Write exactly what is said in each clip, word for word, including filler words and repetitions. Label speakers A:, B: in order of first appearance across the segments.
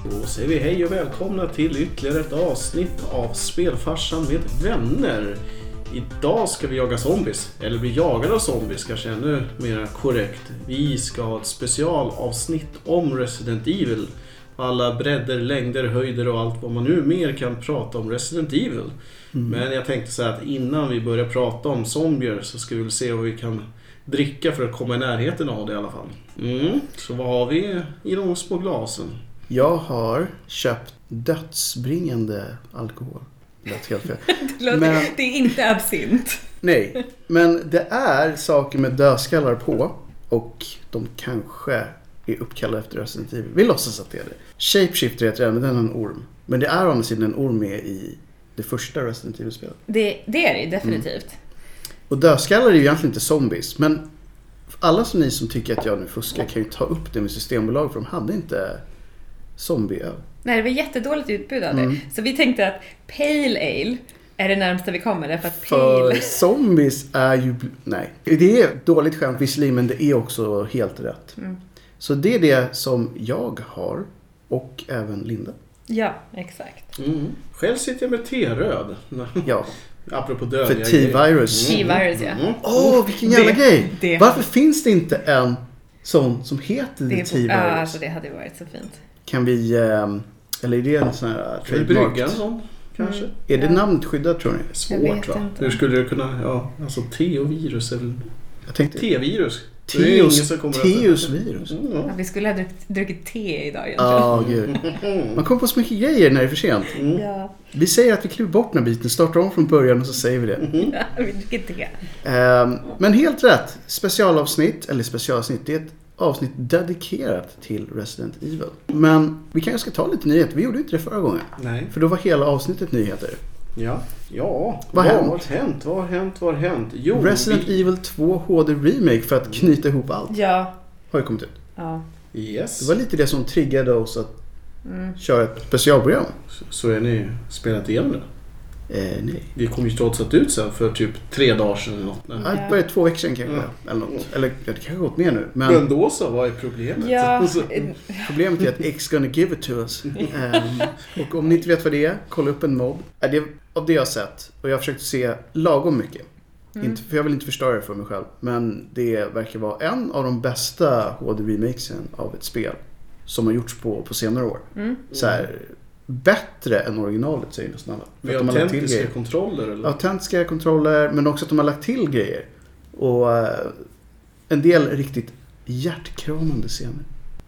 A: Då säger vi hej och välkomna till ytterligare ett avsnitt av Spelfarsan med vänner. Idag ska vi jaga zombies, eller bli jagade av zombies kanske ännu mer korrekt. Vi ska ha ett specialavsnitt om Resident Evil. Alla bredder, längder, höjder och allt vad man nu mer kan prata om Resident Evil. Mm. Men jag tänkte så här att innan vi börjar prata om zombier så ska vi väl se vad vi kan dricka för att komma i närheten av det i alla fall. Mm. Så vad har vi i de små glasen?
B: Jag har köpt dödsbringande alkohol. Det låter helt fel.
C: det, låter, men, det är inte absint.
B: Nej, men det är saker med dödskallar på. Och de kanske är uppkallade efter Resident Evil. Vi låtsas att det är det. Shapeshifter heter det, men den är en orm. Men det är å andra sidan en orm med i det första Resident Evil-spelet.
C: Det, det är det definitivt. Mm.
B: Och dödskallar är ju egentligen inte zombies. Men alla som ni som tycker att jag nu fuskar kan ju ta upp det med Systembolag. För de hade inte zombie-öl.
C: Nej, det var jättedåligt utbud av det. Mm. Så vi tänkte att Pale Ale är det närmsta vi kommer. Därför att pale...
B: För zombies är ju... Nej, det är dåligt skämt visserligen, men det är också helt rätt. Mm. Så det är det som jag har. Och även Linda.
C: Ja, exakt.
A: Mm. Själv sitter jag med T-röd.
B: Ja.
A: Apropå död.
B: För T-virus.
C: Mm. T-virus, ja.
B: Åh, mm. oh, vilken jävla
C: det,
B: grej.
C: Det.
B: Varför finns det inte en sån som heter
C: det
B: T-virus?
C: Ja, alltså det hade varit så fint.
B: Kan vi... Eller är det en sån här
A: trademark? En sån, kanske? Mm.
B: Är det ja. namnet skyddat, tror ni?
A: Svårt, va? Hur skulle det kunna... Ja, alltså T och virus eller...
B: Jag tänkte...
A: T-virus.
B: Teus, Teus virus.
C: Mm. Ja, vi skulle ha druckit, druckit te idag egentligen.
B: Ja, oh, gud. Man kommer på så mycket grejer när det är för sent.
C: Mm. Ja.
B: Vi säger att vi kliver bort den här biten, startar om från början och så säger vi det.
C: Mm. Ja, vi dricker te.
B: Um, men helt rätt. Specialavsnitt, eller specialavsnitt, det är ett avsnitt dedikerat till Resident Evil. Men vi kanske ska ta lite nyheter. Vi gjorde inte det förra gången.
A: Nej.
B: För då var hela avsnittet nyheter.
A: Ja, ja.
B: Vad
A: har
B: hänt?
A: hänt? Vad har hänt? Vad har hänt? Jo,
B: Resident
A: vi...
B: Evil två H D Remake för att knyta ihop allt.
C: Ja.
B: Har ju kommit ut.
C: Ja.
A: Yes.
B: Det var lite det som triggade oss att mm. köra ett specialprogram.
A: Så, så är ni spelat igenom det?
B: Eh, nej.
A: Det kom ju trots att ut sen för typ tre dagar sedan eller något.
B: Ja, det var två veckor sedan kanske. Mm. Eller något. Eller det kanske har gått mer nu. Men,
A: men då så, vad är problemet?
C: Ja.
B: Problemet är att X gonna give it to us. um, och om ni inte vet vad det är, kolla upp en mod. Äh, det är av det jag har sett. Och jag har försökt se lagom mycket. Mm. Inte, för jag vill inte förstöra det för mig själv. Men det verkar vara en av de bästa H D-remakesen av ett spel som har gjorts på, på senare år. Mm. Så här, bättre än originalet, säger nästan alla.
A: Med autentiska kontroller? Eller?
B: Autentiska kontroller, men också att de har lagt till grejer. Och uh, en del riktigt hjärtkramande scener.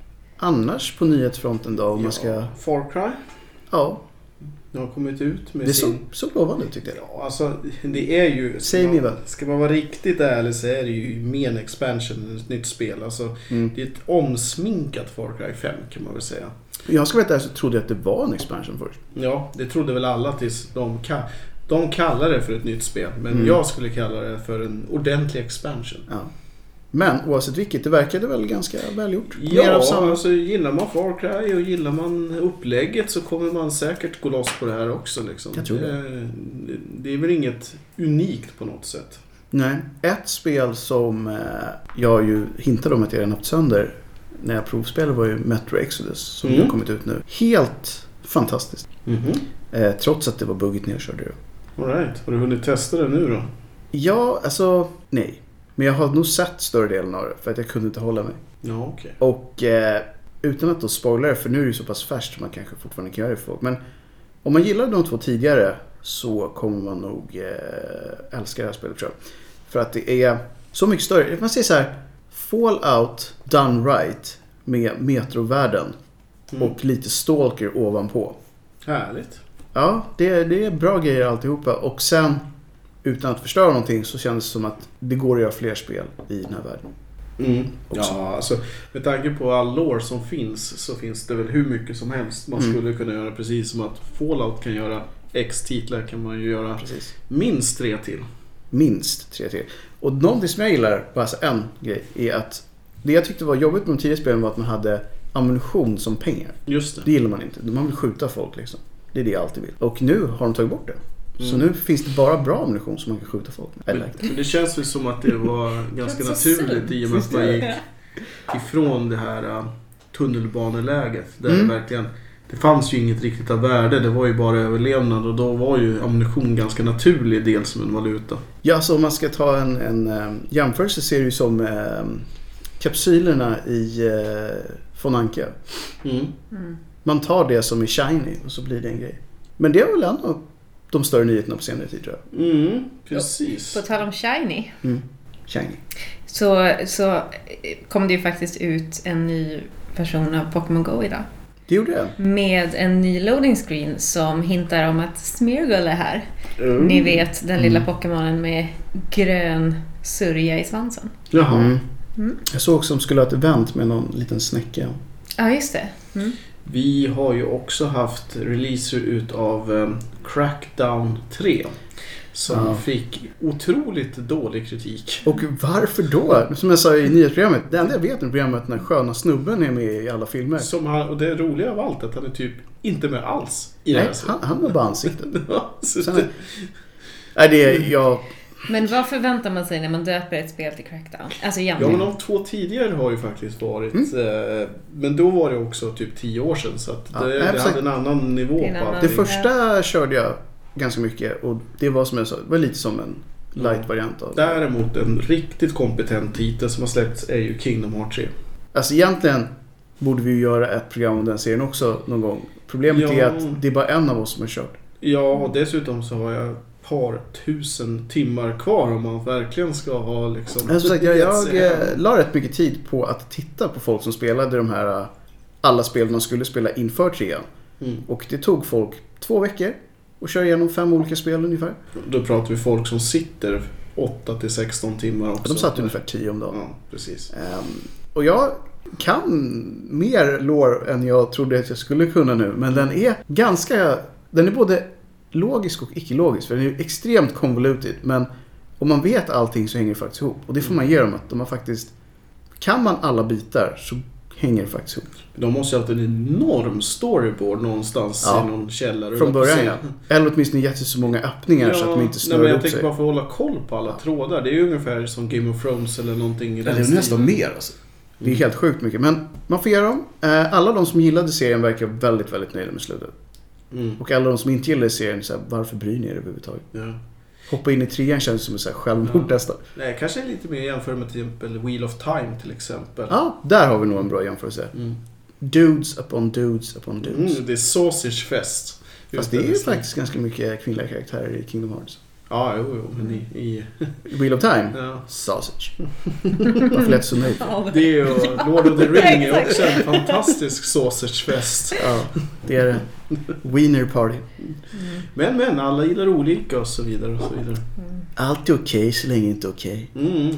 B: Annars på nyhetsfronten då, om
A: ja,
B: man ska...
A: Far Cry?
B: Ja.
A: De har kommit ut med
B: det
A: sin...
B: Det så lovande, tyckte jag.
A: Ja, alltså det är ju...
B: Säg mig väl.
A: Ska man vara riktigt ärlig så är det ju mer en expansion än ett nytt spel. Alltså mm. det är ett omsminkat Far Cry fem, kan man väl säga.
B: Jag ska veta här så trodde jag att det var en expansion först.
A: Ja, det trodde väl alla tills de, ka- de kallar det för ett nytt spel. Men mm. jag skulle kalla det för en ordentlig expansion.
B: Ja. Men oavsett vilket, det verkade väl ganska välgjort.
A: Ja, samma... alltså gillar man Far Cry och gillar man upplägget så kommer man säkert gå loss på det här också. Liksom.
B: Jag tror det.
A: Det, det är väl inget unikt på något sätt.
B: Nej, ett spel som eh, jag ju hintade om att jag redan haft sönder när jag provspelade var ju Metro Exodus som mm. har kommit ut nu. Helt fantastiskt. Mm-hmm. Eh, trots att det var buggigt när jag körde det.
A: All right. Har du hunnit testa det nu då?
B: Ja, alltså nej. Men jag har nog sett större delen av det för att jag kunde inte hålla mig.
A: Ja, okej. Okay.
B: Och eh, utan att då spoila det, för nu är det ju så pass färskt som man kanske fortfarande kan göra det för folk. Men om man gillar de två tidigare så kommer man nog eh, älska det här spelet, tror jag. För att det är så mycket större. Man säger så här, Fallout done right med metrovärlden mm. och lite stalker ovanpå.
A: Härligt.
B: Ja, det, det är bra grejer alltihopa. Och sen, utan att förstöra någonting, så känns det som att det går att göra fler spel i den här världen.
A: Mm. Ja, alltså med tanke på all lore som finns så finns det väl hur mycket som helst man mm. skulle kunna göra, precis som att Fallout kan göra X titlar kan man ju göra precis. minst tre till. Minst tre till.
B: Och någonting som jag gillar, bara en grej, är att det jag tyckte var jobbigt med de tidigare spelen var att man hade ammunition som pengar.
A: Just det.
B: Det gillar man inte. Man vill skjuta folk liksom. Det är det jag alltid vill. Och nu har de tagit bort det. Mm. Så nu finns det bara bra ammunition som man kan skjuta folk med.
A: Like det. det känns väl som att det var ganska naturligt i och med att man gick ifrån det här uh, tunnelbaneläget där mm. det verkligen det fanns ju inget riktigt av värde. Det var ju bara överlevnad. Och då var ju ammunition ganska naturlig del som en valuta.
B: Ja, så om man ska ta en, en um, jämförelse ser det ju som um, kapsylerna i uh, von Anka.
A: Mm.
C: Mm.
B: Man tar det som är shiny och så blir det en grej. Men det är väl ändå de större nyheterna på senare tid, tror jag.
A: Mm, precis.
C: På tal om shiny.
B: Mm. Shiny.
C: Så, så kom det ju faktiskt ut en ny version av Pokémon Go idag.
B: Det gjorde jag.
C: Med en ny loading screen som hintar om att Smeargle är här.
A: Mm.
C: Ni vet, den lilla Pokémonen med grön sörja i svansen.
A: Jaha.
B: Mm.
C: Mm.
B: Jag såg också att de skulle ha ett event med någon liten snäcka.
C: Ja, just det. Mm.
A: Vi har ju också haft releaser utav um, Crackdown tre. Som
B: Ja.
A: fick otroligt dålig kritik.
B: Och varför då? Som jag sa i nyhetsprogrammet, det enda jag vet om programmet är att den här sköna snubben är med i alla filmer.
A: Som han, och det roliga av allt är att han är typ inte med alls i det
B: Nej,
A: här.
B: han, han var bara ansiktet.
A: Ja, så
B: Sen
A: det,
B: är, nej, det är, jag,
C: Men vad förväntar man sig när man döper ett spel till Crackdown? Alltså
A: ja,
C: egentligen.
A: men de två tidigare har ju faktiskt varit...
B: Mm.
A: Eh, men då var det också typ tio år sedan. Så att
B: Ja,
A: det,
B: nej,
A: det
B: exakt.
A: hade en annan nivå
C: Det är en
A: på
C: annan-
A: allting.
B: det första körde jag ganska mycket och det var som jag sa, det var lite som en light-variant av det.
A: Däremot en riktigt kompetent titel som har släppts är ju Kingdom Hearts tre.
B: Alltså egentligen borde vi ju göra ett program om den serien också någon gång. Problemet
A: Ja.
B: är att det är bara en av oss som har kört.
A: Ja, och dessutom så har jag ett par tusen timmar kvar om man verkligen ska ha liksom...
B: Men som sagt, jag,
A: gett sig
B: jag
A: hem.
B: eh, la rätt mycket tid på att titta på folk som spelade de här eh, alla spel de skulle spela inför trean.
A: Mm.
B: Och det tog folk två veckor och köra igenom fem olika spel ungefär.
A: Då pratar vi folk som sitter åtta till sexton timmar också.
B: De satt ungefär tio om dagen.
A: Ja, precis.
B: Um, och jag kan mer lore än jag trodde att jag skulle kunna nu. Men den är ganska... Den är både logisk och icke-logisk. För den är extremt convoluted. Men om man vet allting så hänger det faktiskt ihop. Och det får man ge dem att de har faktiskt... Kan man alla bitar så hänger det faktiskt ihop.
A: De måste ha haft en enorm storyboard någonstans
B: Ja.
A: i någon källare.
B: Från början, ja. Eller åtminstone gett sig så många öppningar så att de inte
A: nej, men
B: snurrar
A: jag
B: ihop
A: tänker
B: sig.
A: bara för att hålla koll på alla trådar. Det är ju ungefär som Game of Thrones eller någonting i
B: Ja,
A: den
B: det är
A: stilen.
B: nästan mer alltså. Det är helt sjukt mycket. Men man får ge dem. Eh, Alla de som gillade serien verkar väldigt, väldigt nöjda med slutet.
A: Mm.
B: Och alla de som inte gillade serien, så här, varför bryr ni er överhuvudtaget?
A: Ja.
B: Hoppa in i trean känns som en så här självmord
A: Ja.
B: nästan.
A: Nej, kanske lite mer jämfört med till exempel Wheel of Time till exempel.
B: Ja, där har vi nog en bra jämförelse.
A: Mm.
B: Dudes upon dudes upon dudes.
A: Mm, det är sausage fest.
B: Fast det är ju faktiskt ganska mycket kvinnliga karaktärer i Kingdom Hearts.
A: Ja, jo, jo, men i... i
B: Wheel of Time,
A: ja.
B: sausage. Varför lät så nöjd?
A: Det är ju... Lord of the Ring är också en fantastisk sausagefest.
B: Ja, det är det. Wiener party.
A: Men, men, alla gillar olika och så vidare och så vidare.
B: Allt är okej så länge inte okej.
A: Mm.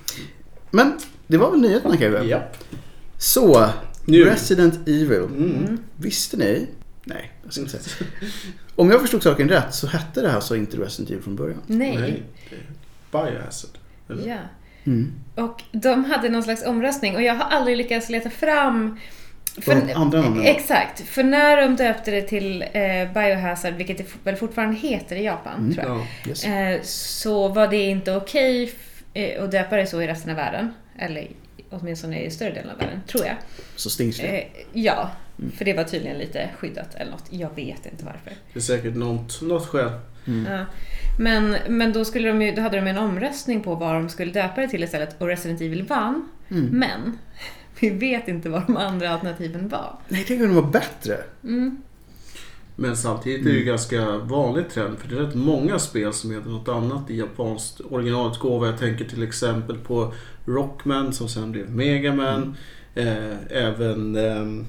B: Men det var väl nyheterna kanske?
A: Japp.
B: Så,
A: Nu.
B: Resident Evil.
A: Mm.
B: Visste ni? Nej, jag ska inte säga. Om jag förstod saken rätt så hette det här så inte Resident Evil från början.
C: Nej.
A: Nej. Biohazard. Eller?
C: Ja.
B: Mm.
C: Och de hade någon slags omröstning och jag har aldrig lyckats leta fram...
B: De andra namnen.
C: Exakt, för när de döpte det till eh, Biohazard, vilket det väl fortfarande heter i Japan,
B: Mm.
C: tror jag.
A: Ja.
B: Yes.
C: Eh, så var det inte okej f- eh, att döpa det så i resten av världen. Eller åtminstone i större delen av världen, tror jag.
B: Så stings det.
C: Eh, ja, för det var tydligen lite skyddat eller något. Jag vet inte varför.
A: Det är säkert något, något skäl.
B: Mm.
C: Ja. Men, men då, skulle de ju, då hade de en omröstning på vad de skulle döpa det till istället och Resident Evil vann.
B: Mm.
C: Men vi vet inte vad de andra alternativen var.
B: Nej, tänk om det var bättre.
C: Mm.
A: Men samtidigt är det ju ganska vanligt trend. För det är rätt många spel som heter något annat i japanskt originalutgåva. Jag tänker till exempel på Rockman som sen blev Megaman. Mm. Eh, även eh,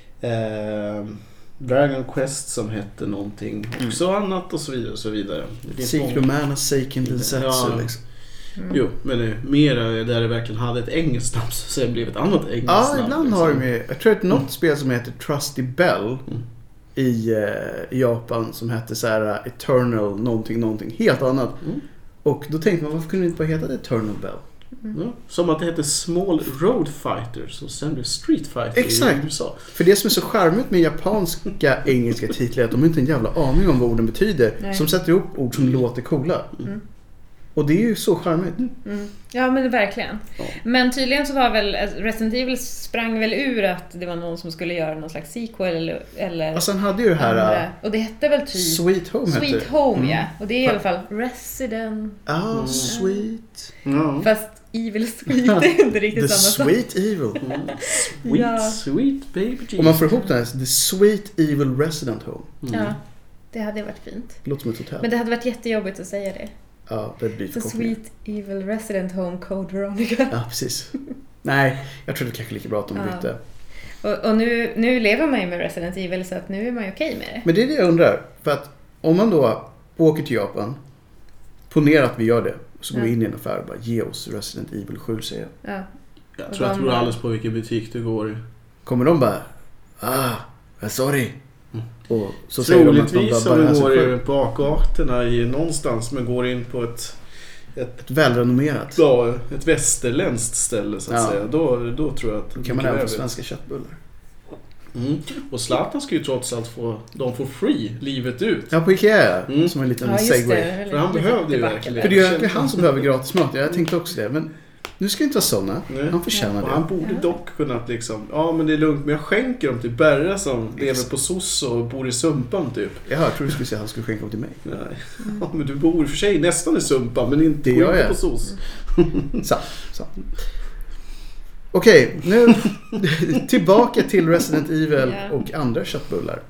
A: eh, Dragon Quest som hette någonting också mm. annat och så vidare och så vidare.
B: Secromana, Seiken, Densetsu
A: Ja.
B: liksom.
C: Mm.
A: Jo, men det är mera där det verkligen hade ett engelskt namn så sen blev ett annat engelskt
B: Ja,
A: namn.
B: ibland
A: liksom.
B: har de ju... Jag tror att något
A: Mm.
B: spel som heter Trusty Bell
A: Mm.
B: i eh, Japan som hette så här uh, Eternal någonting, någonting. Helt annat.
A: Mm.
B: Och då tänkte man, varför kunde det inte bara heta det Eternal Bell?
A: Ja, som att det heter Small Road Fighters och sen blev Street Fighter
B: Exakt.
A: i U S A.
B: För det som är så charmigt med japanska engelska titlar är att de inte har en jävla aning om vad orden betyder.
C: Nej.
B: Som sätter ihop ord som låter coola.
C: Mm.
B: Och det är ju så charmigt.
C: Mm. Ja, men verkligen.
A: Ja.
C: Men tydligen så var väl Resident Evil sprang väl ur att det var någon som skulle göra någon slags sequel eller, eller
B: Och sen hade ju det här
C: andra.
B: uh,
C: Och det hette väl typ
B: Sweet Home hette
C: Sweet
B: det.
C: Home,
B: Mm.
C: ja. Och det är i alla fall Resident.
B: Ah,
A: Mm.
B: sweet.
A: Ja.
C: Fast Evil Sweet är inte riktigt
B: The
C: samma sak.
B: Sweet Evil.
A: Mm. Sweet,
C: Ja.
A: sweet baby Jesus.
B: Om man får ihop det här, The Sweet Evil Resident Home.
A: Mm.
C: Ja, det hade varit fint.
B: Låter som ett hotell.
C: Men det hade varit jättejobbigt att säga det.
B: Ja, det blir
C: The
B: förkortning.
C: Sweet Evil Resident Home Code Veronica.
B: Ja, precis. Nej, jag tror det kanske är lika bra att de
C: Ja.
B: bytte.
C: Och, och nu, nu lever man ju med Resident Evil så att nu är man ju okej med det.
B: Men det är det jag undrar. För att om man då åker till Japan, ponera att vi gör det, och så går vi
C: Ja.
B: in i en affär och bara ge oss Resident Evil sju, säger jag.
C: Ja.
A: Jag tror jag tror alldeles på vilken butik du går i.
B: Kommer de bara, ah, sorry. Och så säger de att de
A: Troligtvis
B: bara
A: om
B: bara
A: du går
B: sig
A: i bakgatorna i någonstans men går in på ett ett,
B: ett välrenommerat.
A: ja, ett västerländskt ställe så att
B: Ja.
A: säga. Då, då tror jag att
B: Då kan man
A: mycket
B: även få
A: väl-
B: svenska köttbullar.
A: Mm. Och Zlatan ska ju trots allt få de får free livet ut.
B: Ja, på Ikea,
A: Mm.
B: som en liten
C: Ja, just
B: segway.
C: det.
A: För han behövde ju verkligen.
B: För det är ju egentligen han som behöver gratis mat. Jag tänkte också det. Men nu ska det inte vara sådana.
A: Nej.
B: Han förtjänar
A: Och han
B: det.
A: borde
C: Ja.
A: dock kunnat liksom, ja men det är lugnt, men jag skänker dem till Berra som lever på soss och bor i Sumpan typ.
B: Jag tror du skulle säga att han skulle skänka dem till mig.
A: Nej.
C: Mm.
A: Ja, men du bor i och för sig nästan i Sumpan men inte,
B: Det
A: bor
B: gör
A: inte
B: jag.
A: på soss.
B: Sant, sant. Okej, nu tillbaka till Resident Evil
C: Ja.
B: och andra köttbullar.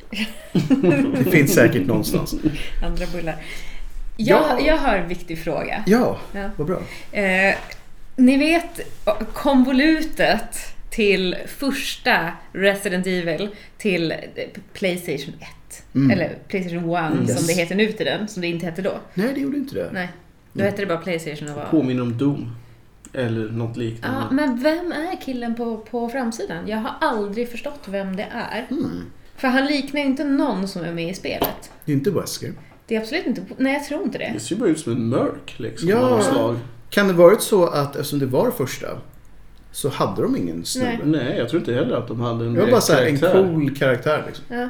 B: Det finns säkert någonstans.
C: Andra bullar. Jag,
B: Ja.
C: jag har en viktig fråga.
B: Ja,
C: Ja.
B: vad bra.
C: Eh, ni vet konvolutet till första Resident Evil till PlayStation ett.
B: Mm.
C: Eller PlayStation ett
B: Mm, yes.
C: som det heter nu till den, som det inte hette då.
B: Nej, det gjorde inte det.
C: Nej, då
B: Mm.
C: hette det bara PlayStation och var...
A: Påminner om Doom. Eller något liknande.
C: Ja, men vem är killen på, på framsidan? Jag har aldrig förstått vem det är.
B: Mm.
C: För han liknar ju inte någon som är med i spelet.
B: Det är inte Wesker.
C: Det är absolut inte... Nej, jag tror inte det.
A: Det ser ju bara ut som en mörk liksom.
B: Ja.
A: Av något slag.
B: Kan det varit så att eftersom det var det första så hade de ingen snubbe?
C: Nej.
A: Nej, jag tror inte heller att de hade en
B: Det var bara så här, en
A: karaktär.
B: cool karaktär liksom.
C: Ja.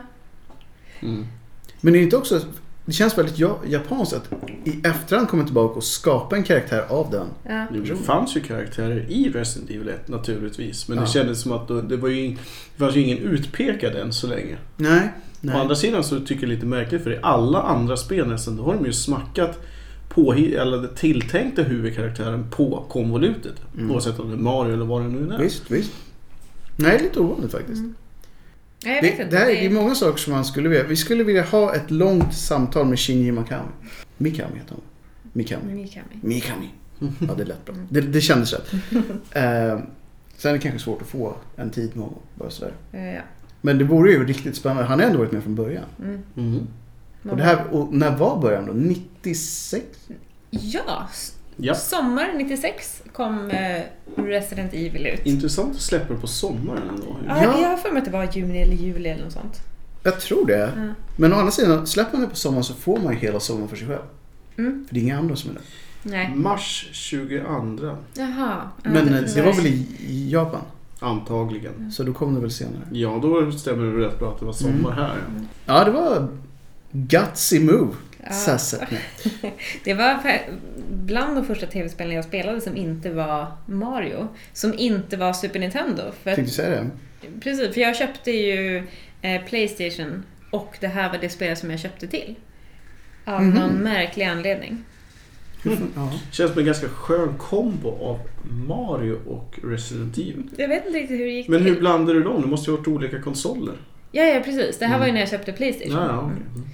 A: Mm.
B: Men det är inte också... Det känns väldigt ja- japanskt att i efterhand komma tillbaka och skapa en karaktär av den.
C: Ja.
A: Det fanns ju karaktärer i Resident Evil ett naturligtvis. Men
B: Ja.
A: det kändes som att då, det, var ju, in- det fanns ju ingen utpekad än så länge.
B: Nej. Nej.
A: Å andra sidan så tycker jag det är lite märkligt för i alla andra spel nästan då har de ju smackat på eller det tilltänkta huvudkaraktären på konvolutet.
B: Mm.
A: Oavsett om det är Mario eller vad det nu är.
B: Visst, visst. Nej, det är lite ovanligt faktiskt.
C: Mm. Nej, jag vet
B: Det,
C: inte.
B: det, här,
C: Det-
B: det är många saker som man skulle vilja... Vi skulle vilja ha ett långt samtal med Shinji Mikami. Mikami heter hon. Mikami.
C: Mikami.
B: Mikami. Ja, det lät bra. Det, det kändes rätt. eh, sen är det kanske svårt att få en tid med honom. Bara sådär.
C: Eh, Ja.
B: Men det vore ju riktigt spännande. Han har ändå varit med från början.
C: Mm.
A: Mm.
B: Och, det här, och när var början då? nittiosex?
C: Ja, s-
A: Ja.
C: sommar nittiosex kom eh, Resident Evil ut.
A: Intressant att släppa det på sommaren ändå.
C: Ja,
B: Ja.
C: jag har för mig att det var juni eller juli eller något sånt.
B: Jag tror det.
C: Ja.
B: Men å andra sidan, släpper man det på sommaren så får man ju hela sommaren för sig själv.
C: Mm.
B: För det är inga andra som är där.
C: Nej.
A: Mars tjugoandra
C: Jaha. Ja,
B: Men eh,
C: det
B: det var väl i, i Japan?
A: antagligen.
B: Så då kom det väl senare.
A: Ja, då stämmer det rätt bra att det var sommar
B: Mm.
A: här.
B: Ja, det var gutsy move.
C: Ja.
B: Sasset.
C: Det var fa- bland de första tv-spelen jag spelade som inte var Mario. Som inte var Super Nintendo. För
B: Fick du säga det?
C: Precis, för jag köpte ju eh, PlayStation och det här var det spel som jag köpte till. Av
B: Mhm.
C: någon märklig anledning.
B: Ja.
A: Känns som en ganska skön kombo av Mario och Resident Evil.
C: Jag vet inte riktigt hur det gick
A: Men hur
C: till.
A: blandar du dem? Det måste ju ha varit olika konsoler.
C: Ja, ja, precis. Det här
A: Mm.
C: var ju när jag köpte PlayStation.
A: Ja, ja, okej.
C: Mm.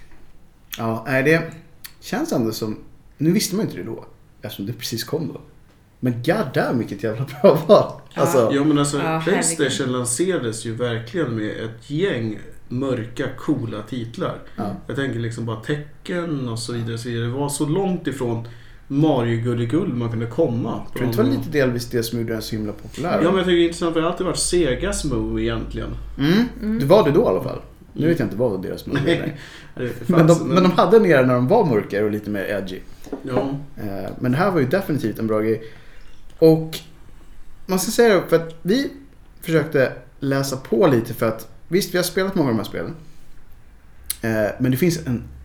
B: Ja, nej, det känns ändå som... Nu visste man inte det då. Eftersom det precis kom då. Men god damn, vilket jävla bra val. Alltså,
A: Ja, men alltså
C: Ja,
A: PlayStation
C: herregud.
A: lanserades ju verkligen med ett gäng mörka, coola titlar.
B: ja.
A: Jag tänker liksom bara Tekken och så vidare. Så vidare. Det var så långt ifrån Mario-gulligull man kunde komma.
B: För det var lite delvis det som gjorde den så himla populär.
A: Ja, men jag tycker det är intressant för det har alltid varit Segas move egentligen.
B: Mm.
C: Mm.
B: Det var det då i alla fall. Nu
A: Mm.
B: vet jag inte vad deras move
A: Nej.
B: är.
A: Det fanns
B: Men de,
A: en-
B: men de hade nere när de var mörkare och lite mer edgy.
A: Ja.
B: Eh, Men det här var ju definitivt en bra grej. Och man ska säga det, för att vi försökte läsa på lite för att visst, vi har spelat många av de här spelen. Eh, Men det finns en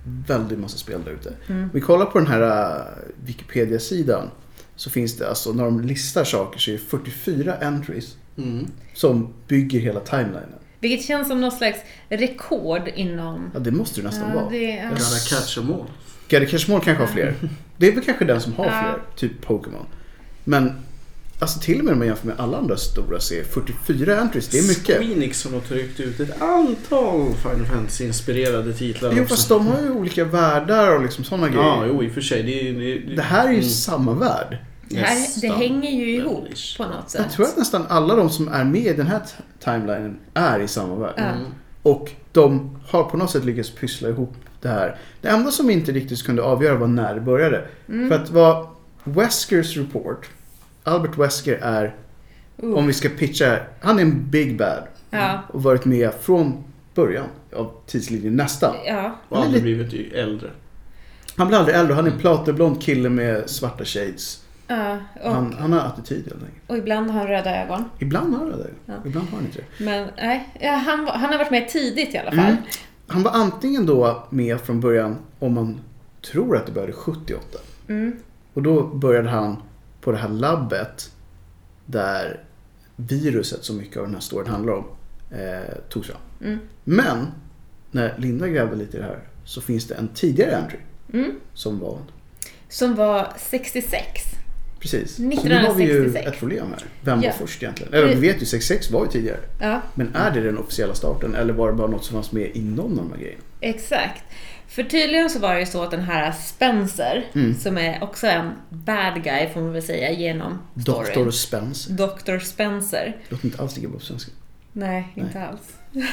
B: väldigt massa spel där ute.
C: Mm.
B: Om vi kollar på den här uh, Wikipedia-sidan så finns det alltså, när de listar saker så är det fyrtiofyra entries
A: Mm.
B: som bygger hela timelinen.
C: Vilket känns som någon slags rekord inom...
B: Ja, det måste det nästan
C: Ja,
B: vara.
C: det, ja.
A: Gotta catch 'em all.
B: Gary Cashmore kanske har fler. Det är väl kanske den som har
C: Ja.
B: fler, typ Pokémon. Men alltså till och med om man jämför med alla andra stora serier, fyrtiofyra entries, det är mycket.
A: Squeenix som har tryckt ut ett antal Final Fantasy-inspirerade titlar
B: Jo,
A: också.
B: fast de har ju olika världar och liksom sådana grejer.
A: Ja, jo, i och för sig. Det, är- det, det,
B: Det här är ju
A: mm,
B: samma värld.
C: Det, här, det
A: nästan.
C: hänger ju ihop
A: Väldigt.
C: på något sätt.
B: Jag tror att nästan alla de som är med i den här t- timelinen är i samma värld.
C: Ja.
A: Mm.
B: Och de har på något sätt lyckats pyssla ihop det här. Det enda som inte riktigt kunde avgöra var när det började.
C: Mm.
B: För att vad Weskers report, Albert Wesker är,
C: Uh.
B: om vi ska pitcha, han är en big bad.
C: Ja.
B: Och varit med från början av tidslinjen nästan.
C: Ja.
A: Och aldrig blivit ju äldre.
B: Han blir aldrig äldre, han är en plateblond kille med svarta shades.
C: Ja. Och,
B: Han, han har attityd helt enkelt.
C: och ibland har han röda ögon.
B: Ibland har han det,
C: Ja.
B: ibland har han inte det.
C: Men nej, ja, han, var- han har varit med tidigt i alla fall.
B: Mm. Han var antingen då med från början, om man tror att det började sjuttioåtta.
C: Mm.
B: Och då började han på det här labbet där viruset, så mycket av den här storyn handlar om, eh, togs fram.
C: Mm.
B: Men när Linda grävde lite i det här så finns det en tidigare entry
C: Mm.
B: som var
C: Som var sextiosex.
B: precis. Så nu
C: nittonhundrasextiosex.
B: har vi ju ett problem här. Vem
C: Ja.
B: var först egentligen? Eller vi vet ju sextiosex var ju tidigare.
C: Ja,
B: Men är det den officiella starten eller var det bara något som fanns med i någon av de här grejerna?
C: exakt. För tydligen så var det ju så att den här Spencer,
B: Mm.
C: som är också en bad guy får man väl säga genom storyn.
B: doktor Spence.
C: doktor Spencer.
B: Låter inte alls lika bra på svenska.
C: Nej, inte alls.